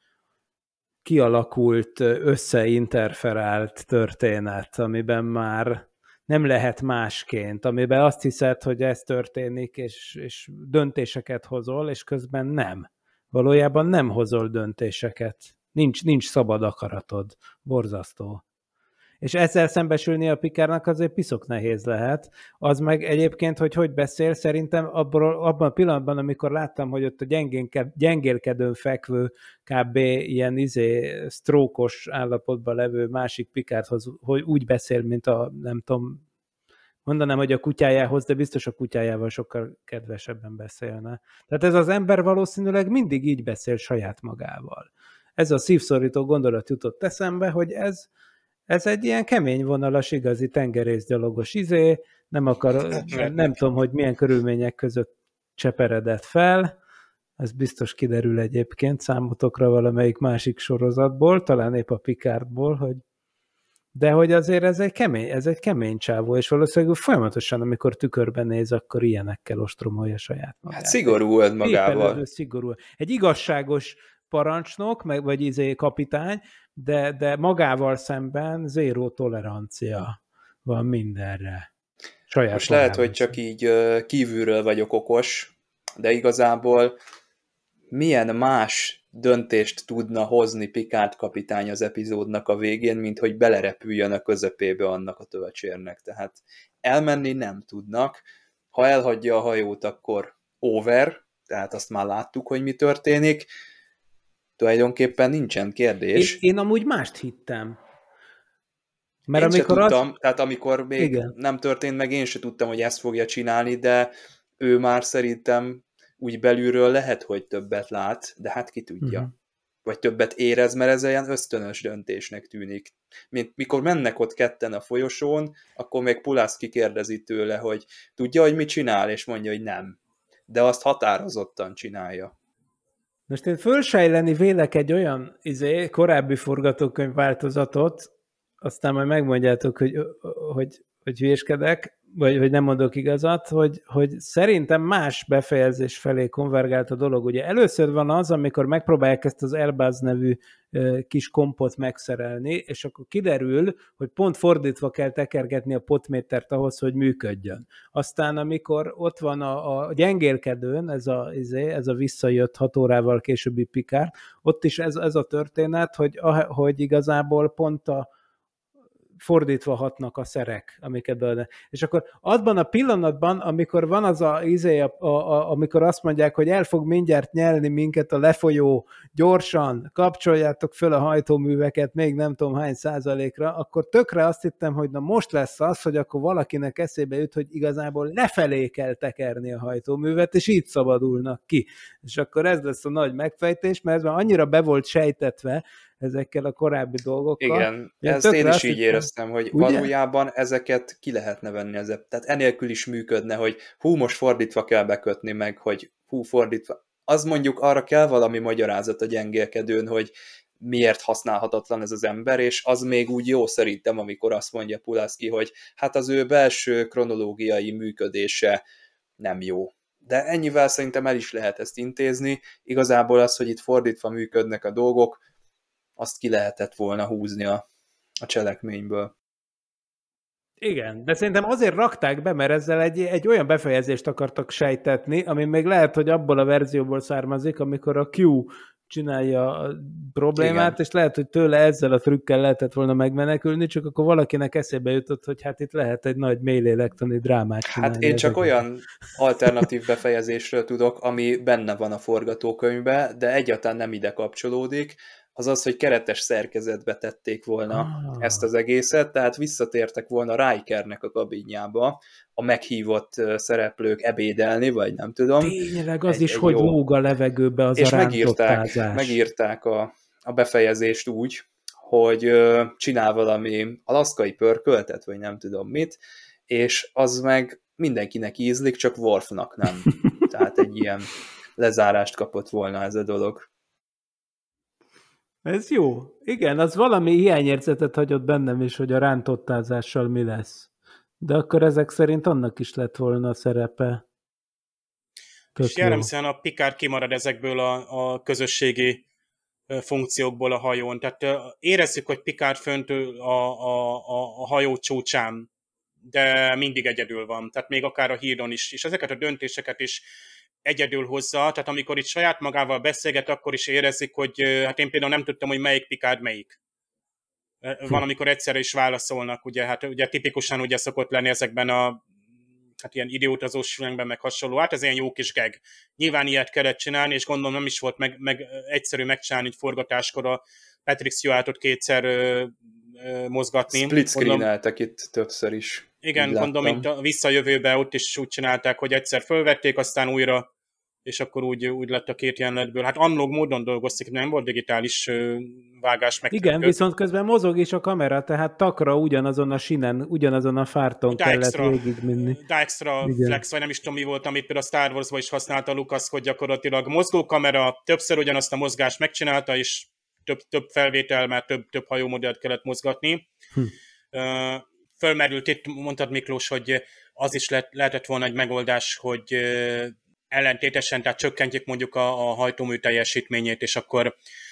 kialakult, összeinterferált történet, amiben már nem lehet másként, amiben azt hiszed, hogy ez történik, és, és döntéseket hozol, és közben nem. Valójában nem hozol döntéseket. Nincs, nincs szabad akaratod. Borzasztó. És ezzel szembesülni a Picardnak azért piszok nehéz lehet. Az meg egyébként, hogy hogy beszél, szerintem abból, abban a pillanatban, amikor láttam, hogy ott a gyengénke, gyengélkedőn fekvő, kb. Ilyen izé, sztrókos állapotban levő másik Picardhoz, hogy úgy beszél, mint a, nem tudom, mondanám, hogy a kutyájához, de biztos a kutyájával sokkal kedvesebben beszélne. Tehát ez az ember valószínűleg mindig így beszél saját magával. Ez a szívszorító gondolat jutott eszembe, hogy ez Ez egy ilyen kemény vonalas, igazi tengerészgyalogos izé, nem akar, nem tudom, hogy milyen körülmények között cseperedett fel, ez biztos kiderül egyébként számotokra valamelyik másik sorozatból, talán épp a Picardból, hogy de hogy azért ez egy kemény, ez egy kemény csávó, és valószínűleg folyamatosan, amikor tükörben néz, akkor ilyenekkel ostromolja saját magát. Hát szigorú volt magával. Szigorú. Egy igazságos parancsnok, meg, vagy izé kapitány, de, de magával szemben zéró tolerancia van mindenre. Saját Most lehet, hogy csak így kívülről vagyok okos, de igazából milyen más döntést tudna hozni Picard kapitány az epizódnak a végén, mint hogy belerepüljön a közepébe annak a tölcsérnek. Tehát elmenni nem tudnak. Ha elhagyja a hajót, akkor over, tehát azt már láttuk, hogy mi történik. Tulajdonképpen nincsen kérdés. Én, én amúgy mást hittem. Mert én amikor sem tudtam, az... tehát amikor még igen. nem történt meg, én sem tudtam, hogy ezt fogja csinálni, de ő már szerintem úgy belülről lehet, hogy többet lát, de hát ki tudja. Uh-huh. Vagy többet érez, mert ez olyan ösztönös döntésnek tűnik. Mint mikor mennek ott ketten a folyosón, akkor még Pulaski kérdezi tőle, hogy tudja, hogy mit csinál, és mondja, hogy nem. De azt határozottan csinálja. Most én fölsejleni vélek egy olyan izé, korábbi forgatókönyv változatot, aztán majd megmondjátok, hogy, hogy, hogy hülyéskedek, vagy hogy nem mondok igazat, hogy, hogy szerintem más befejezés felé konvergált a dolog. Ugye először van az, amikor megpróbálják ezt az Elbaz nevű uh, kis kompot megszerelni, és akkor kiderül, hogy pont fordítva kell tekergetni a potmétert ahhoz, hogy működjön. Aztán amikor ott van a, a gyengélkedőn, ez a, ez a visszajött hat órával későbbi Picard, ott is ez, ez a történet, hogy, hogy igazából pont a fordítva hatnak a szerek, amiket bele. És akkor abban a pillanatban, amikor van az a izé, a, a, a, amikor azt mondják, hogy el fog mindjárt nyelni minket a lefolyó, gyorsan kapcsoljátok föl a hajtóműveket, még nem tudom hány százalékra, akkor tökre azt hittem, hogy na most lesz az, hogy akkor valakinek eszébe jut, hogy igazából lefelé kell tekerni a hajtóművet, és így szabadulnak ki. És akkor ez lesz a nagy megfejtés, mert ez már annyira be volt sejtetve, ezekkel a korábbi dolgokkal. Igen, ja, ezt én is így éreztem, hogy ugye? Valójában ezeket ki lehetne venni. Ezek. Tehát enélkül is működne, hogy hú, most fordítva kell bekötni meg, hogy hú, fordítva. Az mondjuk arra kell valami magyarázat a gyengélkedőn, hogy miért használhatatlan ez az ember, és az még úgy jó szerintem, amikor azt mondja Pulaski, hogy hát az ő belső kronológiai működése nem jó. De ennyivel szerintem el is lehet ezt intézni. Igazából az, hogy itt fordítva működnek a dolgok, azt ki lehetett volna húzni a, a cselekményből. Igen, de szerintem azért rakták be, mert ezzel egy, egy olyan befejezést akartak sejtetni, ami még lehet, hogy abból a verzióból származik, amikor a Q csinálja a problémát, igen. És lehet, hogy tőle ezzel a trükkel lehetett volna megmenekülni, csak akkor valakinek eszébe jutott, hogy hát itt lehet egy nagy mélylélektani drámát csinálni. Hát én csak ezeket. Olyan alternatív befejezésről tudok, ami benne van a forgatókönyvben, de egyáltalán nem ide kapcsolódik, az az, hogy keretes szerkezetbe tették volna ah. ezt az egészet, tehát visszatértek volna Rikernek a kabinjába, a meghívott szereplők ebédelni, vagy nem tudom. Tényleg az egy, is, egy hogy lóg a levegőbe az és a megírták, megírták a, a befejezést úgy, hogy ö, csinál valami alaszkai pörköltet, vagy nem tudom mit, és az meg mindenkinek ízlik, csak Worfnak nem. Tehát egy ilyen lezárást kapott volna ez a dolog. Ez jó. Igen, az valami hiányérzetet hagyott bennem is, hogy a rántottázással mi lesz. De akkor ezek szerint annak is lett volna a szerepe. Tök És jó. jellemzően a Picard kimarad ezekből a, a közösségi funkciókból a hajón. Tehát érezzük, hogy Picard fönt a, a, a, a hajó csúcsán, de mindig egyedül van. Tehát még akár a hídon is. És ezeket a döntéseket is egyedül hozza. Tehát amikor itt saját magával beszélget, akkor is érezzük, hogy hát én például nem tudtam, hogy melyik Picard melyik. Van, amikor egyszerre is válaszolnak, ugye, hát ugye tipikusan ugye szokott lenni ezekben a hát ilyen időutazós filmekben meg hasonló, hát ez ilyen jó kis gag. Nyilván ilyet kellett csinálni, és gondolom nem is volt meg, meg egyszerű megcsinálni, hogy forgatáskor a Patrick Stewartot kétszer ö, ö, mozgatni. Split screen-eltek itt többször is. Igen, gondolom, mint a Visszajövőben ott is úgy csinálták, hogy egyszer fölvették, aztán újra, és akkor úgy, úgy lett a két jelenetből. Hát analóg módon dolgoztak, nem volt digitális ö, vágás meg. Igen, viszont közben mozog is a kamera, tehát takra ugyanazon a sinen, ugyanazon a fárton de kellett extra, végigmenni. De extra Igen. flex, vagy nem is tudom mi volt, amit például a Star Wars-ban is használta Lucas, hogy gyakorlatilag mozgó kamera többször ugyanazt a mozgást megcsinálta, és több, több felvétel, mert több, több hajómodellt kellett mozgatni. Hm. Uh, fölmerült itt, mondtad Miklós, hogy az is le, lehetett volna egy megoldás, hogy uh, ellentétesen, tehát csökkentjük mondjuk a, a hajtómű teljesítményét, és akkor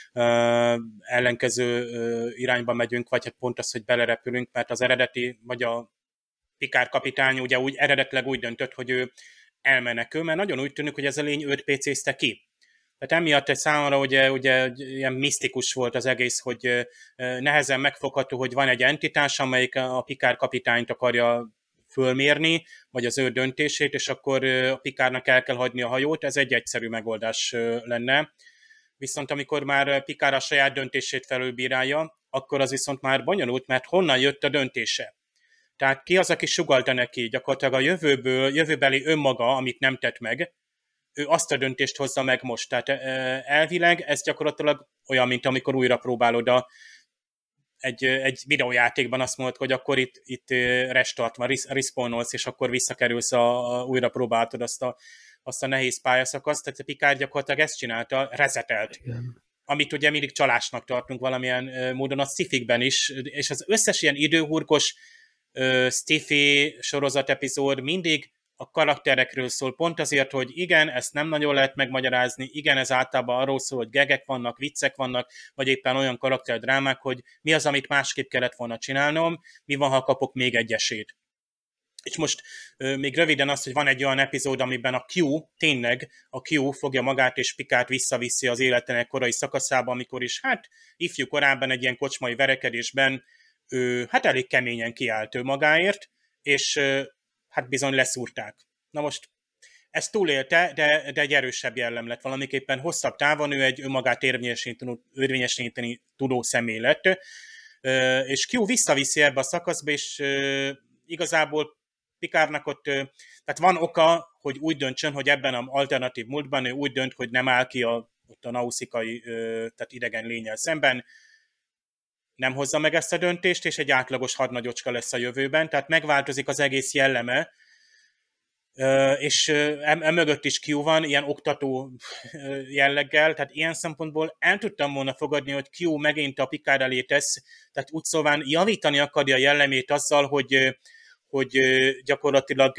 uh, ellenkező uh, irányba megyünk, vagy hát pont az, hogy belerepülünk, mert az eredeti, vagy a Picard kapitány ugye úgy eredetileg úgy döntött, hogy ő elmenekül, mert nagyon úgy tűnik, hogy ez a lény őt pécézte ki. Tehát emiatt egy számomra ugye, ugye ilyen misztikus volt az egész, hogy nehezen megfogható, hogy van egy entitás, amelyik a Picard kapitányt akarja fölmérni, vagy az ő döntését, és akkor a Picardnak el kell hagyni a hajót, ez egy egyszerű megoldás lenne. Viszont amikor már Picard a saját döntését felülbírálja, akkor az viszont már bonyolult, mert honnan jött a döntése. Tehát ki az, aki sugallta neki gyakorlatilag a jövőből, jövőbeli önmaga, amit nem tett meg, ő azt a döntést hozza meg most. Tehát elvileg ez gyakorlatilag olyan, mint amikor újra próbálod a, egy, egy videójátékban azt mondod, hogy akkor itt, itt restart van, respawnolsz, és akkor visszakerülsz, a, a, újra próbáltad azt a, azt a nehéz pályaszakaszt. Tehát a Picard gyakorlatilag ezt csinálta, resetelt. Igen. Amit ugye mindig csalásnak tartunk valamilyen módon a sci-fikben is, és az összes ilyen időhurkos uh, sci-fi sorozat epizód mindig a karakterekről szól, pont azért, hogy igen, ezt nem nagyon lehet megmagyarázni, igen, ez általában arról szól, hogy gegek vannak, viccek vannak, vagy éppen olyan karakterdrámák, hogy mi az, amit másképp kellett volna csinálnom, mi van, ha kapok még egy esélyt. És most euh, még röviden az, hogy van egy olyan epizód, amiben a Q, tényleg a Q fogja magát és Picard visszaviszi az életének korai szakaszába, amikor is, hát ifjú korában egy ilyen kocsmai verekedésben ő, hát elég keményen kiállt ő magáért, és hát bizony leszúrták. Na most ezt túlélte, de, de egy erősebb jellem lett valamiképpen. Hosszabb távon ő egy önmagát érvényesíteni, érvényesíteni tudó személy lett, és Q visszaviszi ebbe a szakaszba, és igazából Picardnak ott, tehát van oka, hogy úgy döntsön, hogy ebben az alternatív múltban ő úgy dönt, hogy nem áll ki a, ott a nauszikai, tehát idegen lénnyel szemben, nem hozza meg ezt a döntést, és egy átlagos hadnagyocska lesz a jövőben, tehát megváltozik az egész jelleme, és emögött is Q van, ilyen oktató jelleggel, tehát ilyen szempontból el tudtam volna fogadni, hogy Q megint a Picard elé tesz, tehát úgy szóval javítani akarja a jellemét azzal, hogy, hogy gyakorlatilag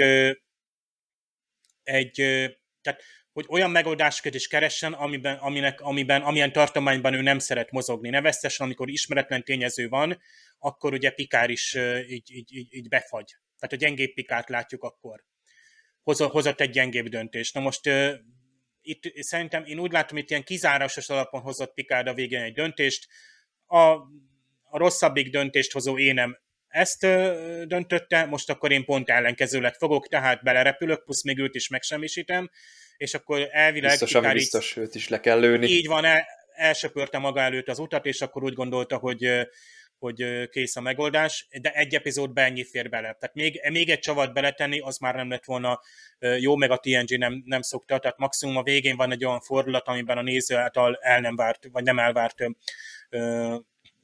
egy, tehát hogy olyan megoldásokat is keressen, amiben, aminek, amiben, amilyen tartományban ő nem szeret mozogni. Nevezetesen, amikor ismeretlen tényező van, akkor ugye Picard is így, így, így, így befagy. Tehát a gyengébb Picardt látjuk akkor. Hozott egy gyengébb döntést. Na most uh, itt szerintem én úgy látom, itt ilyen kizárásos alapon hozott Picard a végén egy döntést. A, a rosszabbik döntést hozó énem ezt uh, döntötte, most akkor én pont ellenkezőleg fogok, tehát belerepülök, plusz még őt is megsemmisítem, és akkor elvileg... Biztos, ami biztos, őt is le kell lőni. Így van, el, elsöpörte maga előtt az utat, és akkor úgy gondolta, hogy, hogy kész a megoldás, de egy epizódban ennyi fér bele. Tehát még, még egy csavat beletenni, az már nem lett volna jó, meg a té en gé nem, nem szokta, tehát maximum a végén van egy olyan fordulat, amiben a néző által el nem várt, vagy nem elvárt ö,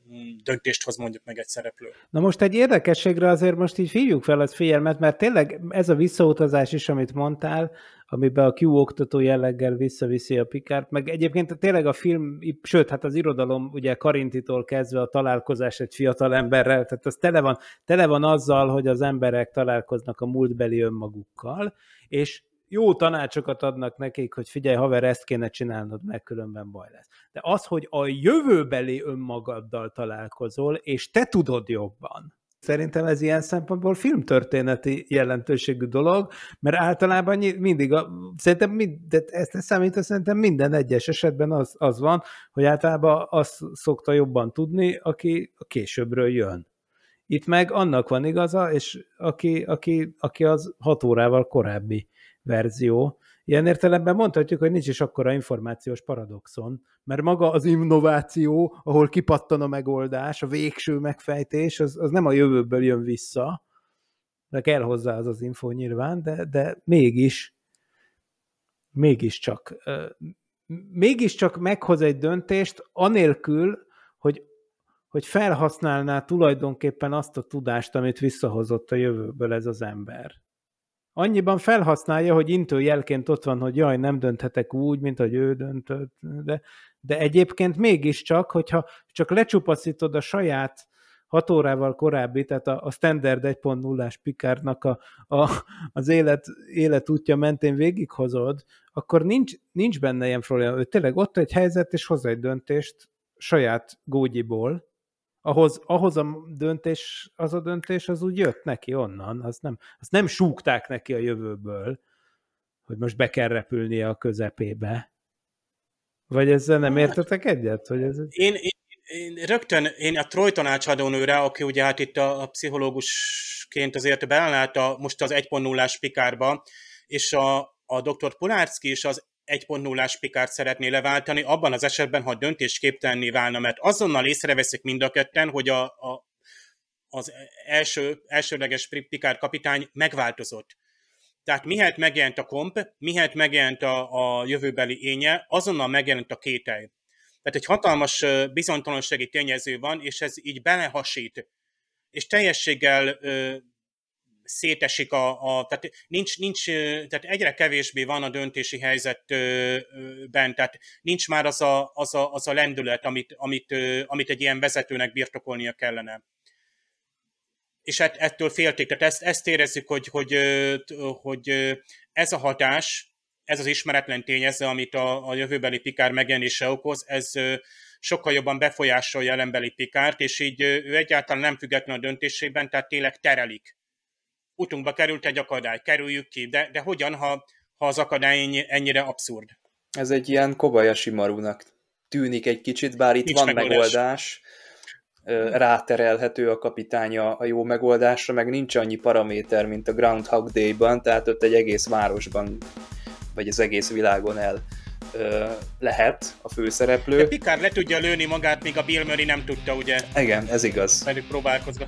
döntést hoz mondjuk meg egy szereplő. Na most egy érdekességre azért most így hívjuk fel az figyelmet, mert tényleg ez a visszautazás is, amit mondtál, amiben a Q oktató jelleggel visszaviszi a Picard, meg egyébként tényleg a film, sőt, hát az irodalom, ugye Karintitól kezdve a találkozás egy fiatal emberrel, tehát az tele van, tele van azzal, hogy az emberek találkoznak a múltbeli önmagukkal, és jó tanácsokat adnak nekik, hogy figyelj, haver, ezt kéne csinálnod, meg különben baj lesz. De az, hogy a jövőbeli önmagaddal találkozol, és te tudod jobban, szerintem ez ilyen szempontból filmtörténeti jelentőségű dolog, mert általában mindig, a, szerintem, mind, de ezt számítva szerintem minden egyes esetben az, az van, hogy általában azt szokta jobban tudni, aki a későbbről jön. Itt meg annak van igaza, és aki, aki, aki az hat órával korábbi verzió. Ilyen értelemben mondhatjuk, hogy nincs is akkora információs paradoxon, mert maga az innováció, ahol kipattan a megoldás, a végső megfejtés, az, az nem a jövőből jön vissza, de kell hozzá az az info nyilván, de, de mégis, mégiscsak, mégiscsak meghoz egy döntést, anélkül, hogy, hogy felhasználná tulajdonképpen azt a tudást, amit visszahozott a jövőből ez az ember. Annyiban felhasználja, hogy intőjelként ott van, hogy jaj, nem dönthetek úgy, mint ahogy ő döntött, de, de egyébként mégiscsak, hogyha csak lecsupaszítod a saját hat órával korábbi, tehát a, a standard egy pont nullás Picardnak a, a, az élet, életútja mentén végighozod, akkor nincs, nincs benne ilyen probléma. Ő tényleg ott egy helyzet, és hoz egy döntést saját gógyiból, Ahhoz, ahhoz a döntés, az a döntés, az úgy jött neki onnan, azt nem, azt nem súgták neki a jövőből, hogy most be kell repülnie a közepébe. Vagy ezzel nem értetek egyet? Hogy ez... én, én, én rögtön, én a Troy tanácsadónőre, aki ugye hát itt a, a pszichológusként azért beállt a, most az egy pont nullás Picardba, és a, a doktor Pulárszky is az egy pont nullás Picard szeretné leváltani, abban az esetben, ha döntésképtelenné válna, mert azonnal észreveszik mind a ketten, hogy a, a, az első, elsőleges Picard kapitány megváltozott. Tehát mihelyt megjelent a komp, mihelyt megjelent a, a jövőbeli énje, azonnal megjelent a kételj. Tehát egy hatalmas bizonytalansági tényező van, és ez így belehasít, és teljességgel szétesik a, a tehát nincs, nincs, tehát egyre kevésbé van a döntési helyzetben, tehát nincs már az a, az a, az a lendület, amit, amit, amit egy ilyen vezetőnek birtokolnia kellene. És ettől félték, tehát ezt, ezt érezzük, hogy, hogy, hogy ez a hatás, ez az ismeretlen tényező, amit a, a jövőbeli Picard megjelenése okoz, ez sokkal jobban befolyásolja a jelenbeli Picardt, és így ő egyáltalán nem független a döntésében, tehát tényleg terelik. Utunkba került egy akadály, kerüljük ki, de, de hogyan, ha, ha az akadály ennyire abszurd? Ez egy ilyen Kobayashi Marunak tűnik egy kicsit, bár itt nincs van megoldás. megoldás, ráterelhető a kapitánya a jó megoldásra, meg nincs annyi paraméter, mint a Groundhog Day-ban, tehát ott egy egész városban, vagy az egész világon el lehet a főszereplő. De Picard le tudja lőni magát, míg a Bill Murray nem tudta, ugye? Igen, ez igaz. Velük próbálkozva.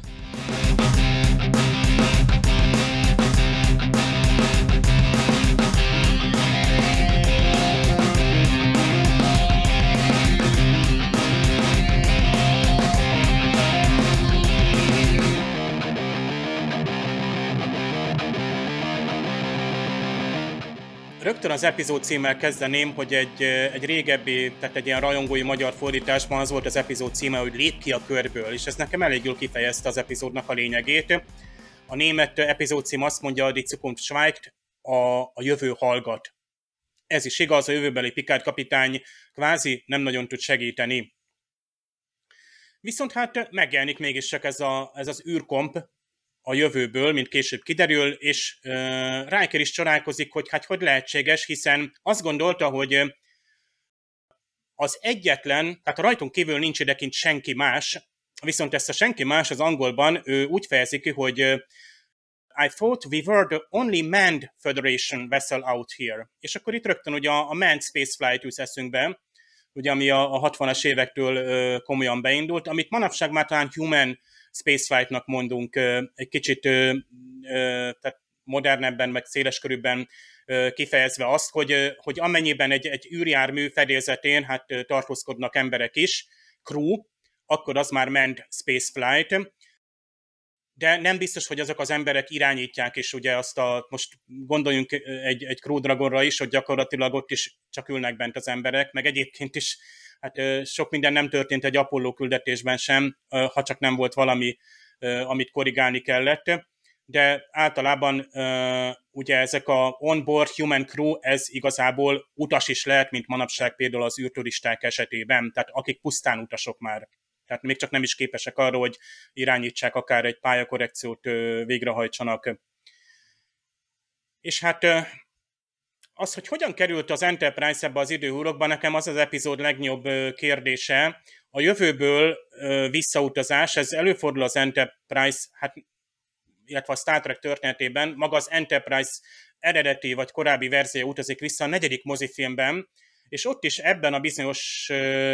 Rögtön az epizód címmel kezdeném, hogy egy, egy régebbi, tehát egy ilyen rajongói magyar fordításban az volt az epizód címe, hogy Lép ki a körből, és ez nekem elég jól kifejezte az epizódnak a lényegét. A német epizód cím azt mondja, Die Zukunft schweigt, a, a jövő hallgat. Ez is igaz, a jövőbeli Picard kapitány kvázi nem nagyon tud segíteni. Viszont hát megjelenik mégis csak ez, a, ez az űrkomp a jövőből, mint később kiderül, és uh, Riker is csodálkozik, hogy hát hogy lehetséges, hiszen azt gondolta, hogy az egyetlen, tehát rajtunk kívül nincs idekint senki más, viszont ezt a senki más az angolban ő úgy fejezi ki, hogy I thought we were the only manned Federation vessel out here. És akkor itt rögtön ugye a manned spaceflight jut eszünkbe, ugye ami a, a hatvanas évektől uh, komolyan beindult, amit manapság már talán human spaceflightnak mondunk, egy kicsit tehát modernebben, meg széleskörűbben kifejezve azt, hogy, hogy amennyiben egy, egy űrjármű fedélzetén hát tartózkodnak emberek is, crew, akkor az már manned spaceflight, de nem biztos, hogy azok az emberek irányítják, és ugye azt a, most gondoljunk egy, egy Crew Dragonra is, hogy gyakorlatilag ott is csak ülnek bent az emberek, meg egyébként is hát sok minden nem történt egy Apollo küldetésben sem, ha csak nem volt valami, amit korrigálni kellett, de általában ugye ezek a onboard human crew, ez igazából utas is lehet, mint manapság például az űrturisták esetében, tehát akik pusztán utasok már. Tehát még csak nem is képesek arra, hogy irányítsák, akár egy pályakorrekciót végrehajtsanak. És hát az, hogy hogyan került az Enterprise ebbe az időhurokba, nekem az az epizód legnagyobb kérdése. A jövőből visszautazás, ez előfordul az Enterprise, hát, illetve a Star Trek történetében, maga az Enterprise eredeti vagy korábbi verzió utazik vissza a negyedik mozifilmben, és ott is ebben a bizonyos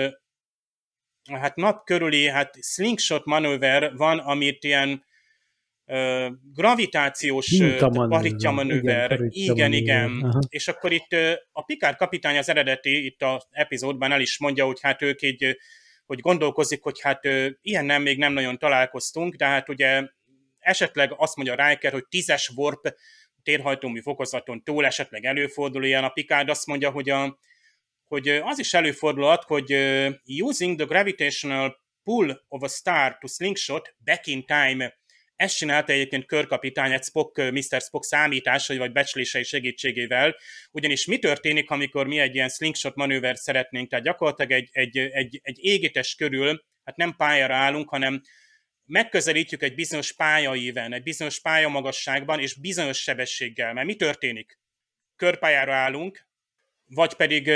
hát nap körüli hát slingshot manőver van, amit ilyen uh, gravitációs paritja manőver. Igen, igen. igen. igen. És akkor itt uh, a Picard kapitány az eredeti, itt az epizódban el is mondja, hogy hát ők így, hogy gondolkozik, hogy hát uh, ilyennel még nem nagyon találkoztunk, de hát ugye esetleg azt mondja Riker, hogy tízes warp térhajtómű fokozaton túl esetleg előfordul ilyen, a Picard azt mondja, hogy a hogy az is előfordulhat, hogy using the gravitational pull of a star to slingshot back in time, ezt csinálta egyébként körkapitány egy Spock, miszter Spock számításai vagy becslései segítségével, ugyanis mi történik, amikor mi egy ilyen slingshot manővert szeretnénk, tehát gyakorlatilag egy, egy, egy, egy égítés körül, hát nem pályára állunk, hanem megközelítjük egy bizonyos pályaíven, egy bizonyos pályamagasságban és bizonyos sebességgel, mert mi történik? Körpályára állunk, vagy pedig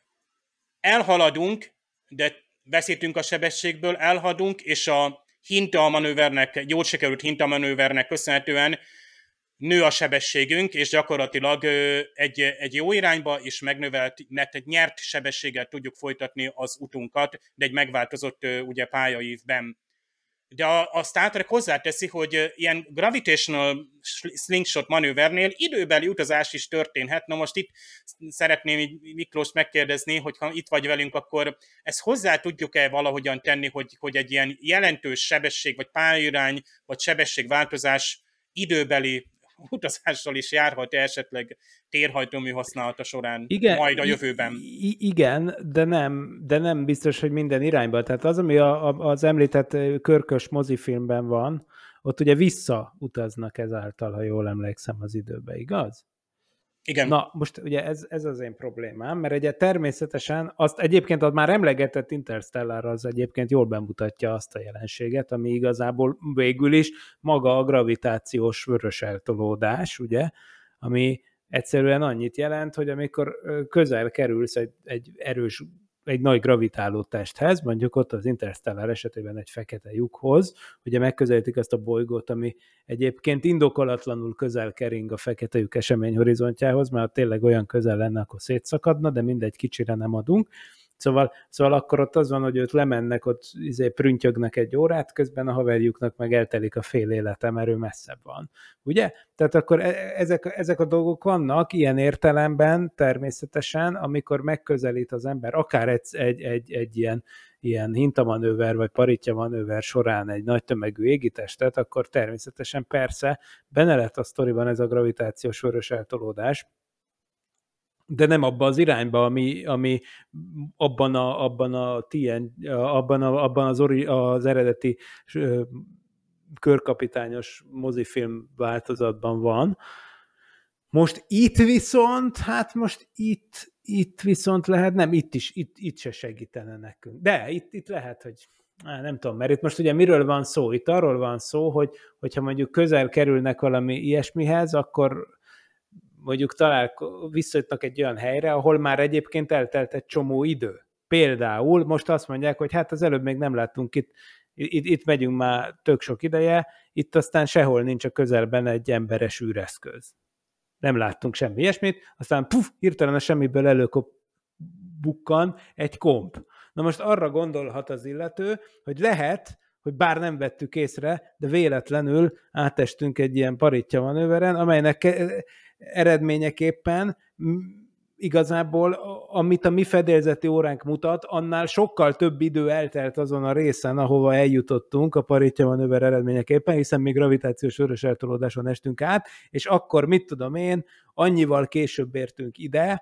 elhaladunk, de veszítünk a sebességből, elhaladunk, és a hintamanővernek, jól sikerült hintamanővernek köszönhetően nő a sebességünk, és gyakorlatilag egy, egy jó irányba és megnövelt, mert egy nyert sebességgel tudjuk folytatni az utunkat, de egy megváltozott ugye pályaívben. De a, a Star Trek hozzáteszi, hogy ilyen gravitational slingshot manővernél időbeli utazás is történhet. Na most itt szeretném Miklóst megkérdezni, hogy ha itt vagy velünk, akkor ezt hozzá tudjuk-e valahogyan tenni, hogy, hogy egy ilyen jelentős sebesség, vagy pályairány, vagy sebességváltozás időbeli utazással is járhat esetleg térhajtómű használata során, igen, majd a jövőben. I- igen, de nem, de nem biztos, hogy minden irányba. Tehát az, ami a, a, az említett körkös mozifilmben van, ott ugye visszautaznak ezáltal, ha jól emlékszem, az időbe, igaz? Igen. Na, most ugye ez, ez az én problémám, mert ugye természetesen azt egyébként az már emlegetett Interstellar az egyébként jól bemutatja azt a jelenséget, ami igazából végül is maga a gravitációs vörös eltolódás, ugye, ami egyszerűen annyit jelent, hogy amikor közel kerülsz egy, egy erős, egy nagy gravitáló testhez, mondjuk ott az Interstellar esetében egy fekete lyukhoz, ugye megközelítik azt a bolygót, ami egyébként indokolatlanul közel kering a fekete lyuk esemény horizontjához, mert ha tényleg olyan közel lenne, akkor szétszakadna, de mindegy, kicsire nem adunk. Szóval, szóval akkor ott az van, hogy őt lemennek, ott izé prüntjögnek egy órát, közben a haverjuknak meg eltelik a fél élete, mert ő messzebb van. Ugye? Tehát akkor ezek, ezek a dolgok vannak ilyen értelemben természetesen, amikor megközelít az ember akár egy, egy, egy, egy ilyen, ilyen hintamanőver vagy paritja manőver során egy nagy tömegű égitestet, akkor természetesen persze benne lett a sztoriban ez a gravitációs vörös eltolódás, de nem abban az irányba, ami, ami abban a, abban a tien, abban, a, abban az, ori, az eredeti körkapitányos mozifilm változatban van. Most itt viszont, hát most itt, itt viszont lehet, nem, itt is, itt, itt se segítene nekünk. De itt, itt lehet, hogy á, nem tudom, mert itt most ugye miről van szó? Itt arról van szó, hogy hogyha mondjuk közel kerülnek valami ilyesmihez, akkor mondjuk talál, visszajutnak egy olyan helyre, ahol már egyébként eltelt egy csomó idő. Például most azt mondják, hogy hát az előbb még nem láttunk itt, itt, itt megyünk már tök sok ideje, itt aztán sehol nincs a közelben egy emberes űreszköz. Nem láttunk semmi ilyesmit, aztán puf, hirtelen a semmiből előkop bukkan egy komp. Na most arra gondolhat az illető, hogy lehet, hogy bár nem vettük észre, de véletlenül átestünk egy ilyen paritja manőveren, amelynek eredményeképpen igazából, amit a mi fedélzeti óránk mutat, annál sokkal több idő eltelt azon a részen, ahova eljutottunk a Paritja manőver eredményeképpen, hiszen még gravitációs vörös eltolódáson estünk át, és akkor, mit tudom én, annyival később értünk ide,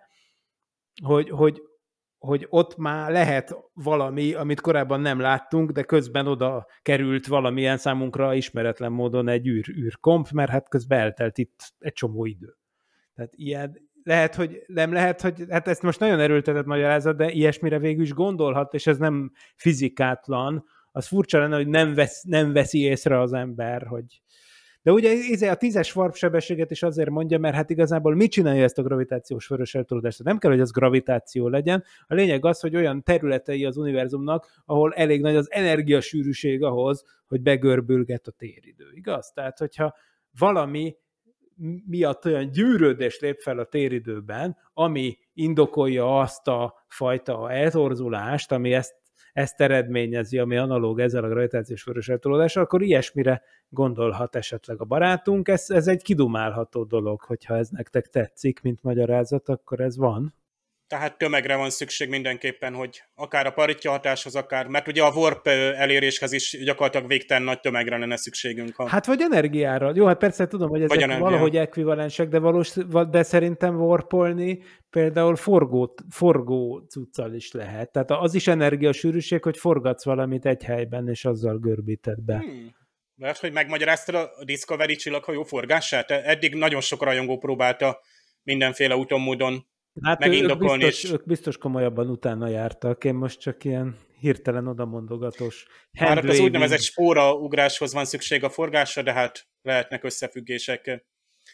hogy, hogy, hogy ott már lehet valami, amit korábban nem láttunk, de közben oda került valamilyen számunkra ismeretlen módon egy űr, űrkomp, mert hát közben eltelt itt egy csomó idő. Tehát ilyen, lehet, hogy nem lehet, hogy, hát ezt most nagyon erőltetett magyarázat, de ilyesmire végül is gondolhat, és ez nem fizikátlan, az furcsa lenne, hogy nem, vesz, nem veszi észre az ember, hogy... De ugye a tízes warp sebességet is azért mondja, mert hát igazából mit csinálja ezt a gravitációs vörös eltolódást? Nem kell, hogy az gravitáció legyen. A lényeg az, hogy olyan területei az univerzumnak, ahol elég nagy az energiasűrűség ahhoz, hogy begörbülget a téridő. Igaz? Tehát, hogyha valami miatt olyan gyűrődés lép fel a téridőben, ami indokolja azt a fajta eltorzulást, ami ezt, ezt eredményezi, ami analóg ezzel a gravitációs vörös eltolódással, akkor ilyesmire gondolhat esetleg a barátunk. Ez, ez egy kidumálható dolog, hogyha ez nektek tetszik, mint magyarázat, akkor ez van. Tehát tömegre van szükség mindenképpen, hogy akár a paritja hatáshoz, akár, mert ugye a warp eléréshez is gyakorlatilag végtelen nagy tömegre lenne szükségünk. Ha... Hát vagy energiára. Jó, hát persze tudom, hogy ezek energia. Valahogy ekvivalensek, de, valós, de szerintem warpolni például forgó, forgó cuccal is lehet. Tehát az is energiasűrűség, hogy forgatsz valamit egy helyben, és azzal görbíted be. Hmm. Mert hogy megmagyaráztad a Discovery csillaghajó forgását? Eddig nagyon sok rajongó próbálta mindenféle úton, módon hát ők biztos, ők biztos komolyabban utána jártak, én most csak ilyen hirtelen odamondogatós handwaving. Már az úgynevezett spóraugráshoz van szükség a forgásra, de hát lehetnek összefüggések.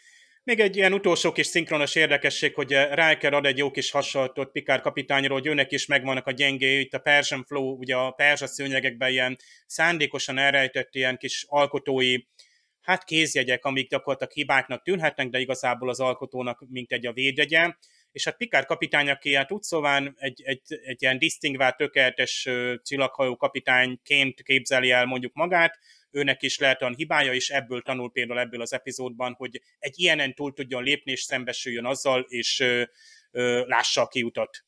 Még egy ilyen utolsó kis szinkronos érdekesség, hogy Riker ad egy jó kis hasonlatot Picard kapitányról, hogy őnek is megvannak a gyengéi, itt a Persian Flow, ugye a perzsa szőnyegekben ilyen szándékosan elrejtett ilyen kis alkotói, hát kézjegyek, amik gyakorlatilag hibáknak tűnhetnek, de igazából az alkotónak mint egy a védjegye. És hát Picard kapitány, aki hát úgy szóval egy, egy, egy ilyen disztingvált, tökéletes csillaghajó kapitányként képzeli el mondjuk magát, őnek is lehet olyan hibája, és ebből tanul például ebből az epizódban, hogy egy ilyenen túl tudjon lépni, és szembesüljön azzal, és ö, ö, lássa a kiutat.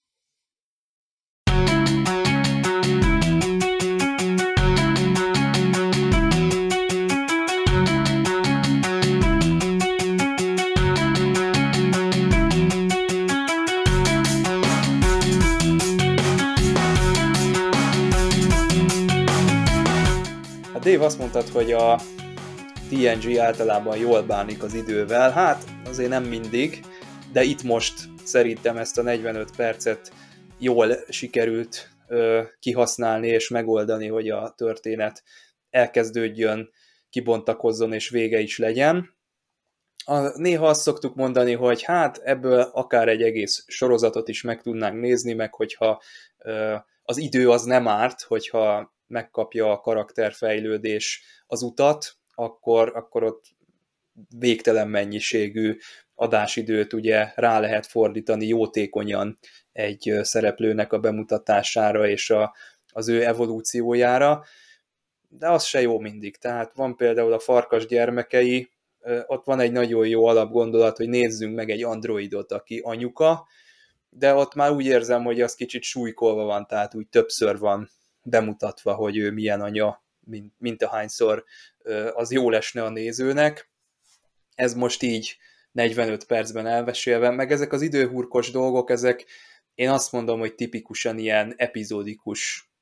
Dave, azt mondtad, hogy a té en gé általában jól bánik az idővel. Hát azért nem mindig, de itt most szerintem ezt a negyvenöt percet jól sikerült ö, kihasználni és megoldani, hogy a történet elkezdődjön, kibontakozzon és vége is legyen. A, néha azt szoktuk mondani, hogy hát ebből akár egy egész sorozatot is meg tudnánk nézni, meg hogyha ö, az idő az nem árt, hogyha megkapja a karakterfejlődés az utat, akkor, akkor ott végtelen mennyiségű adásidőt ugye rá lehet fordítani jótékonyan egy szereplőnek a bemutatására és a, az ő evolúciójára, de az se jó mindig. Tehát van például a Farkas gyermekei, ott van egy nagyon jó alapgondolat, hogy nézzünk meg egy androidot, aki anyuka, de ott már úgy érzem, hogy az kicsit súlykolva van, tehát úgy többször van bemutatva, hogy ő milyen anya, mint, mint ahányszor az jó lesne a nézőnek. Ez most így negyvenöt percben elmesélve, meg ezek az időhurkos dolgok, ezek én azt mondom, hogy tipikusan ilyen epizódikus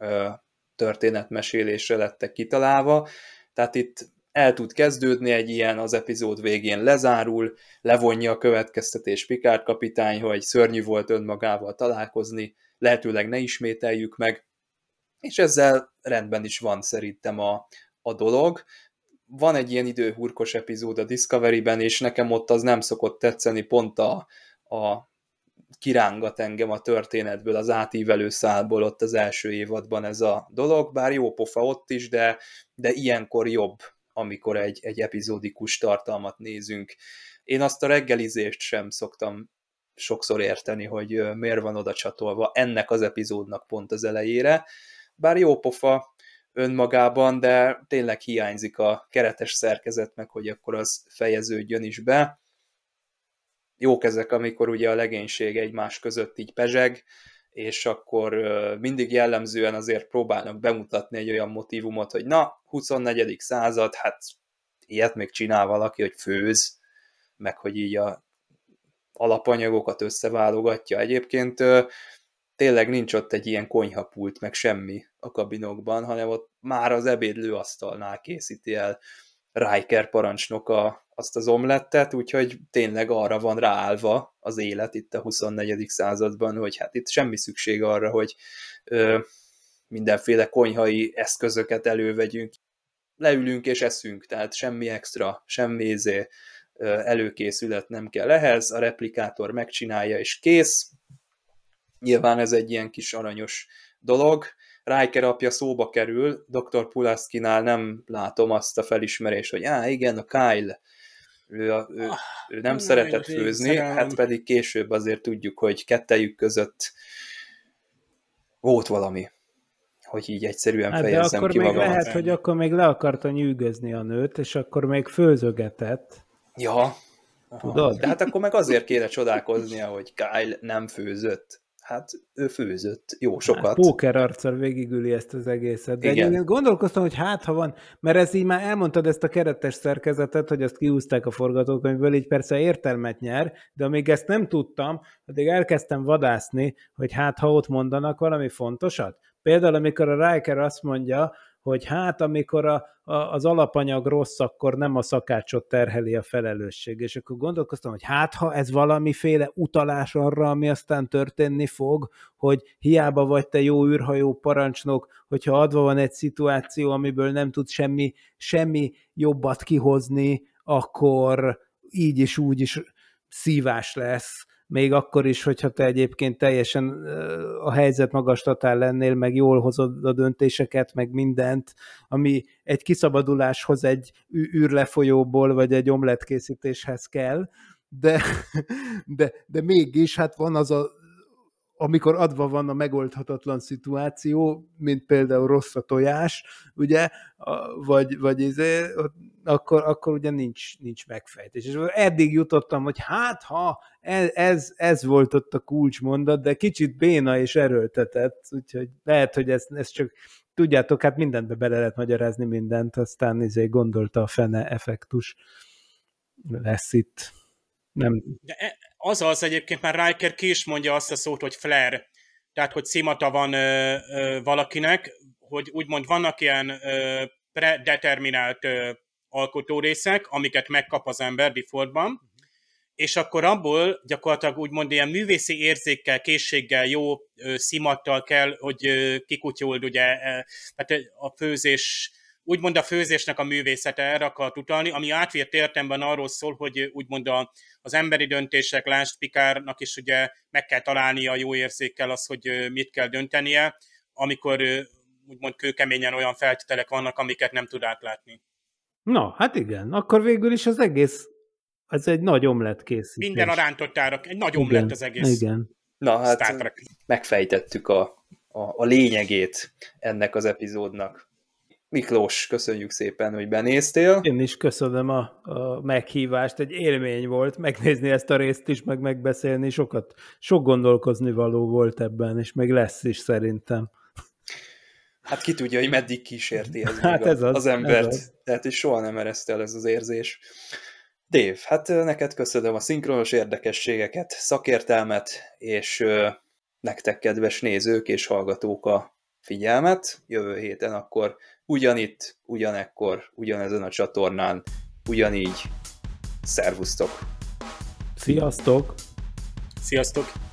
történetmesélésre lettek kitalálva, tehát itt el tud kezdődni egy ilyen, az epizód végén lezárul, levonja a következtetés Picard kapitány, hogy szörnyű volt önmagával találkozni, lehetőleg ne ismételjük meg, és ezzel rendben is van szerintem a, a dolog. Van egy ilyen időhurkos epizód a Discovery-ben, és nekem ott az nem szokott tetszeni, pont a, a kirángat engem a történetből, az átívelő szálból ott az első évadban ez a dolog, bár jó pofa ott is, de, de ilyenkor jobb, amikor egy, egy epizódikus tartalmat nézünk. Én azt a reggelizést sem szoktam sokszor érteni, hogy miért van oda csatolva ennek az epizódnak pont az elejére, bár jó pofa önmagában, de tényleg hiányzik a keretes szerkezet, meg hogy akkor az fejeződjön is be. jók ezek, amikor ugye a legénység egymás között így pezseg, és akkor mindig jellemzően azért próbálnak bemutatni egy olyan motívumot, hogy na, huszonnegyedik század, hát ilyet még csinál valaki, hogy főz, meg hogy így a alapanyagokat összeválogatja. Egyébként tényleg nincs ott egy ilyen konyhapult, meg semmi a kabinokban, hanem ott már az ebédlőasztalnál készíti el Riker parancsnok a, azt az omlettet, úgyhogy tényleg arra van ráállva az élet itt a huszonnegyedik században, hogy hát itt semmi szükség arra, hogy ö, mindenféle konyhai eszközöket elővegyünk. Leülünk és eszünk, tehát semmi extra, semmi izé, ö, előkészület nem kell ehhez, a replikátor megcsinálja és kész. Nyilván ez egy ilyen kis aranyos dolog. Riker apja szóba kerül, doktor Pulaskynál nem látom azt a felismerést, hogy á, igen, a Kyle, ő, a, ő, ő nem ah, szeretett főzni, hát pedig később azért tudjuk, hogy kettejük között volt valami, hogy így egyszerűen hát fejezzem ki magamat. De akkor még lehet, hogy akkor még le akarta nyűgözni a nőt, és akkor még főzögetett. Ja, tudod? De hát akkor meg azért kéne csodálkoznia, hogy Kyle nem főzött. Hát ő főzött jó sokat. Hát, póker arccal végigüli ezt az egészet. De én gondolkoztam, hogy hát ha van, mert ez így már elmondtad ezt a keretes szerkezetet, hogy azt kihúzták a forgatókönyvből, így persze értelmet nyer, de amíg ezt nem tudtam, addig elkezdtem vadászni, hogy hát ha ott mondanak valami fontosat. Például amikor a Riker azt mondja, hogy hát amikor a, a, az alapanyag rossz, akkor nem a szakácsot terheli a felelősség. És akkor gondolkoztam, hogy hát ha ez valamiféle utalás arra, ami aztán történni fog, hogy hiába vagy te jó űrhajó parancsnok, hogyha adva van egy szituáció, amiből nem tud semmi, semmi jobbat kihozni, akkor így is úgy is szívás lesz, még akkor is, hogyha te egyébként teljesen a helyzet magastatán lennél, meg jól hozod a döntéseket, meg mindent, ami egy kiszabaduláshoz egy űrlefolyóból, vagy egy omlettkészítéshez kell, de, de, de mégis hát van az a, amikor adva van a megoldhatatlan szituáció, mint például rossz a tojás, ugye, vagy, vagy izé, akkor, akkor ugye nincs, nincs megfejtés. És eddig jutottam, hogy hát ha ez, ez volt ott a kulcsmondat, de kicsit béna és erőltetett, úgyhogy lehet, hogy ez, ez csak, tudjátok, hát mindenbe bele lehet magyarázni mindent, aztán izé gondolta a fene effektus lesz itt. Nem. De az az egyébként már Riker ki is mondja azt a szót, hogy flare, tehát hogy szimata van ö, ö, valakinek, hogy úgymond vannak ilyen ö, predeterminált ö, alkotórészek, amiket megkap az ember defaultban, és akkor abból gyakorlatilag úgymond ilyen művészi érzékkel, készséggel, jó ö, szimattal kell, hogy ö, kikutyold ugye, ö, tehát a főzés, úgymond a főzésnek a művészete erre akart utalni, ami átvitt értelemben arról szól, hogy úgymond a, az emberi döntések, lásd Picardnak is ugye meg kell találnia jó érzékkel az, hogy mit kell döntenie, amikor úgymond kőkeményen olyan feltételek vannak, amiket nem tud átlátni. Na, hát igen, akkor végül is az egész, ez egy nagy omlett készítés. Minden a rántottára, egy nagy omlett az egész. Igen. Na hát megfejtettük a, a, a lényegét ennek az epizódnak. Miklós, köszönjük szépen, hogy benéztél. Én is köszönöm a, a meghívást, egy élmény volt megnézni ezt a részt is, meg megbeszélni, sokat, sok gondolkozni való volt ebben, és még lesz is szerintem. Hát ki tudja, hogy meddig kísérti ez, hát ez az, az embert, ez az. Tehát is soha nem ereszt el ez az érzés. Dave, hát neked köszönöm a szinkronos érdekességeket, szakértelmet, és nektek, kedves nézők és hallgatók, a figyelmet. Jövő héten akkor ugyanitt, ugyanekkor, ugyanezen a csatornán, ugyanígy. Szervusztok! Sziasztok! Sziasztok!